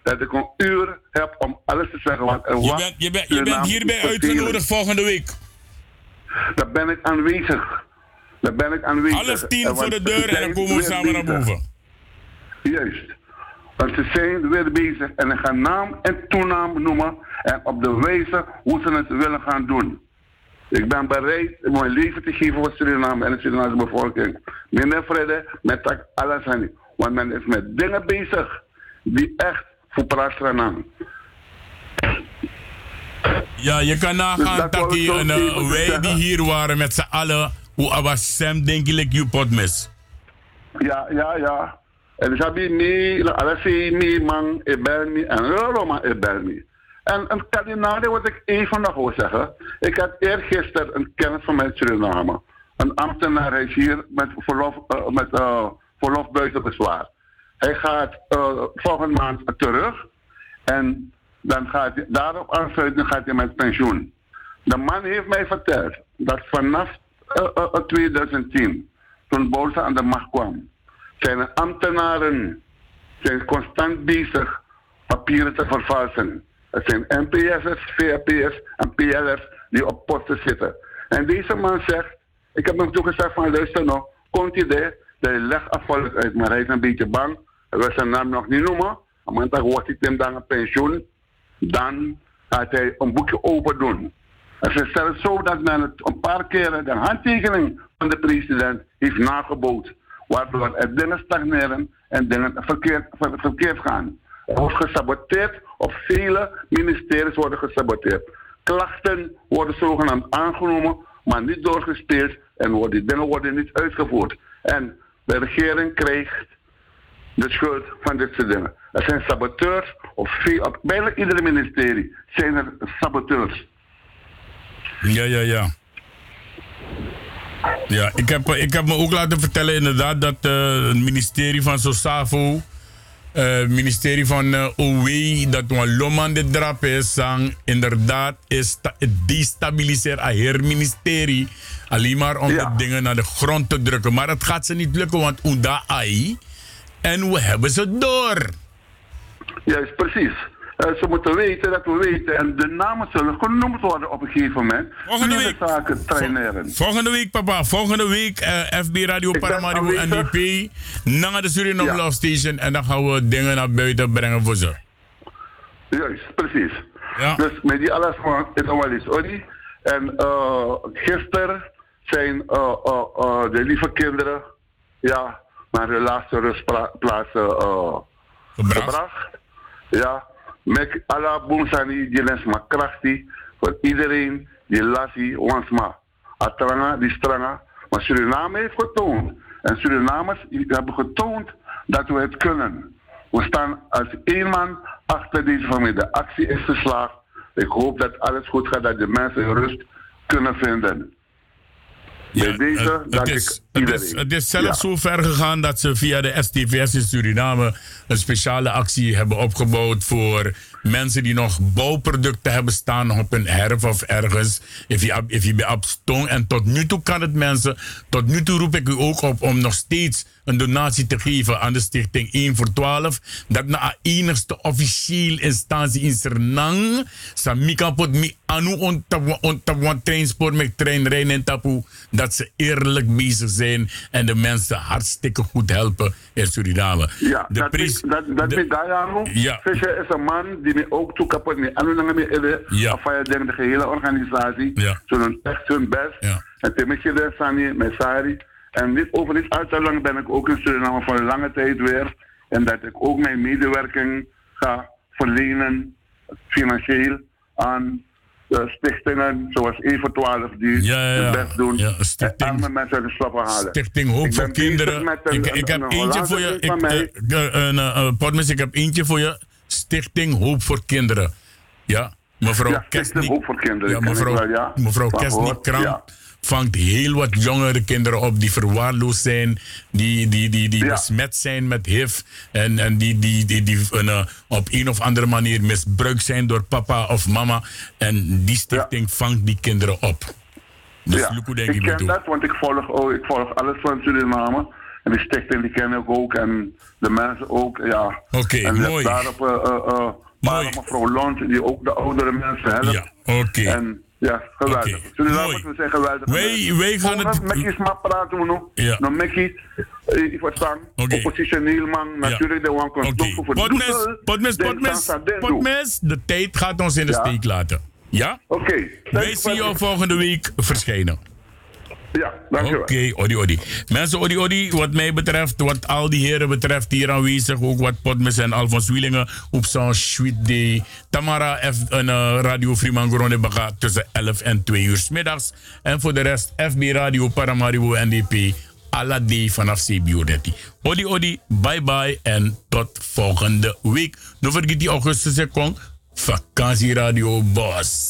dat ik een uur heb om alles te zeggen. Want je bent hierbij uitgenodigd volgende week. Daar ben ik aanwezig. Alles 10 voor de deur en dan komen we samen naar boven. Juist. Want ze zijn weer bezig en ik ga naam en toenaam noemen en op de wijze hoe ze het willen gaan doen. Ik ben bereid mijn leven te geven voor Suriname en de Surinaamse bevolking. Meneer Vrede, met tak alles aan. Want men is met dingen bezig die echt voor praat gaan. Ja, je kan nagaan dat wij die hier waren met z'n allen, hoe was Sam denk ik je pot mis. Ja. En ik heb niet, alles niet, man, ik ben niet, en Roma, ik ben niet. En een kardinaal, wat ik even nog wil zeggen. Ik had eergisteren een kennis van mijn Suriname. Een ambtenaar, hij is hier met verlof buiten bezwaar. Hij gaat volgende maand terug. En dan gaat hij, daarop aansluiten gaat hij met pensioen. De man heeft mij verteld dat vanaf 2010, toen Bolsa aan de macht kwam, zijn ambtenaren zijn constant bezig papieren te vervalsen. Het zijn NPS'ers, VAP'ers en PL'ers die op posten zitten. En deze man zegt, ik heb hem toegezegd van luister nog, komt idee dat je legt afvallig uit, maar hij is een beetje bang. Hij wil zijn naam nog niet noemen. Maar dan wordt hij hem dan een pensioen. Dan gaat hij een boekje open doen. Het is zelfs zo dat men het een paar keren de handtekening van de president heeft nagebootst. Waardoor er dingen stagneren en dingen verkeerd gaan. Er wordt gesaboteerd, of vele ministeries worden gesaboteerd. Klachten worden zogenaamd aangenomen, maar niet doorgespeeld en die dingen worden niet uitgevoerd. En de regering krijgt de schuld van dit soort dingen. Er zijn saboteurs, op bijna ieder ministerie zijn er saboteurs. Ja. Ja, ik heb me ook laten vertellen inderdaad dat het ministerie van Sosavo, ministerie van OW, dat we Loman de drap is, inderdaad is het destabiliseert het ministerie alleen maar om de dingen naar de grond te drukken. Maar het gaat ze niet lukken, want Unda AI en we hebben ze door. Juist, precies. Ze moeten weten dat we weten en de namen zullen genoemd worden op een gegeven moment. Volgende week. Zaken traineren. Volgende week, papa. Volgende week FB Radio Paramaribo NDP naar de Suriname Love Station en dan gaan we dingen naar buiten brengen voor ze. Juist, precies. Ja. Dus met die alles van het al is Odi. En gisteren zijn de lieve kinderen naar hun laatste rustplaats gebracht. Ja. Met alle boemsani die les maar krachtig voor iedereen die lassie wansma. Atranga, die stranga. Maar Suriname heeft getoond. En Surinamers hebben getoond dat we het kunnen. We staan als één man achter deze familie. De actie is geslaagd. Ik hoop dat alles goed gaat, dat de mensen rust kunnen vinden. Ja, het is zelfs zo ver gegaan dat ze via de STVS in Suriname een speciale actie hebben opgebouwd voor mensen die nog bouwproducten hebben staan op een erf of ergens. If je bij Abstong. En tot nu toe kan het mensen, tot nu toe roep ik u ook op om nog steeds een donatie te geven aan de stichting 1 voor 12. Dat na enigste officieel instantie in Sernang. Samika pot mi anu on transport met treinrijden en tapu. Dat ze eerlijk bezig zijn en de mensen hartstikke goed helpen in Suriname. Ja, dat is Gayano. Fischer is een man die me ook toe kapot mee anu nange me ede. Afaya denk de gehele organisatie. Ze doen echt hun best. En tenminste de Sani, Messari. En niet al te lang ben ik ook in Suriname voor een lange tijd weer. En dat ik ook mijn medewerking ga verlenen, financieel, aan stichtingen zoals 1 voor 12 die hun best doen. En arme mensen uit de slappen halen. Stichting Hoop voor Kinderen. Ik heb eentje voor je. Ik heb eentje voor je. Stichting Hoop voor Kinderen. Ja, mevrouw Kesnik. Hoop voor Kinderen. Ja, mevrouw Kesnik Kram. Vangt heel wat jongere kinderen op die verwaarloosd zijn, die besmet zijn met HIV en die op een of andere manier misbruikt zijn door papa of mama. En die stichting vangt die kinderen op. Dus ik ken dat, want ik volg alles van Suriname. En die stichting die ken ik ook en de mensen ook, ja. Oké, mooi. Daarop mevrouw Lons, die ook de oudere mensen helpt. Ja, oké. En ja, geweldig. Suriname moet we zeggen, geweldig. Wij gaan het... Met je smaak praten we nog. Ja. Nou, met je, ik verstaan. Oppositioneel man, natuurlijk de one kan stoppen voor Potmes, de tijd gaat ons in de steek laten. Ja? Oké. Wij zien jou volgende week verschijnen. Ja, dankjewel. Oké, Odi. Mensen, Odi, wat mij betreft, wat al die heren betreft hier aanwezig, ook wat Potmes en Alfons Wielingen op zo'n suite day. Tamara Radio Fremangorone Baga tussen 11 en 2 uur 's middags. En voor de rest FB Radio Paramaribo NDP alla day vanaf CBO 30. Odi, bye bye en tot volgende week. Nou vergeet die augustus sekong. Vakantieradio Bos.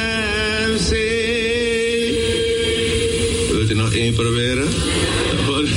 Proberen.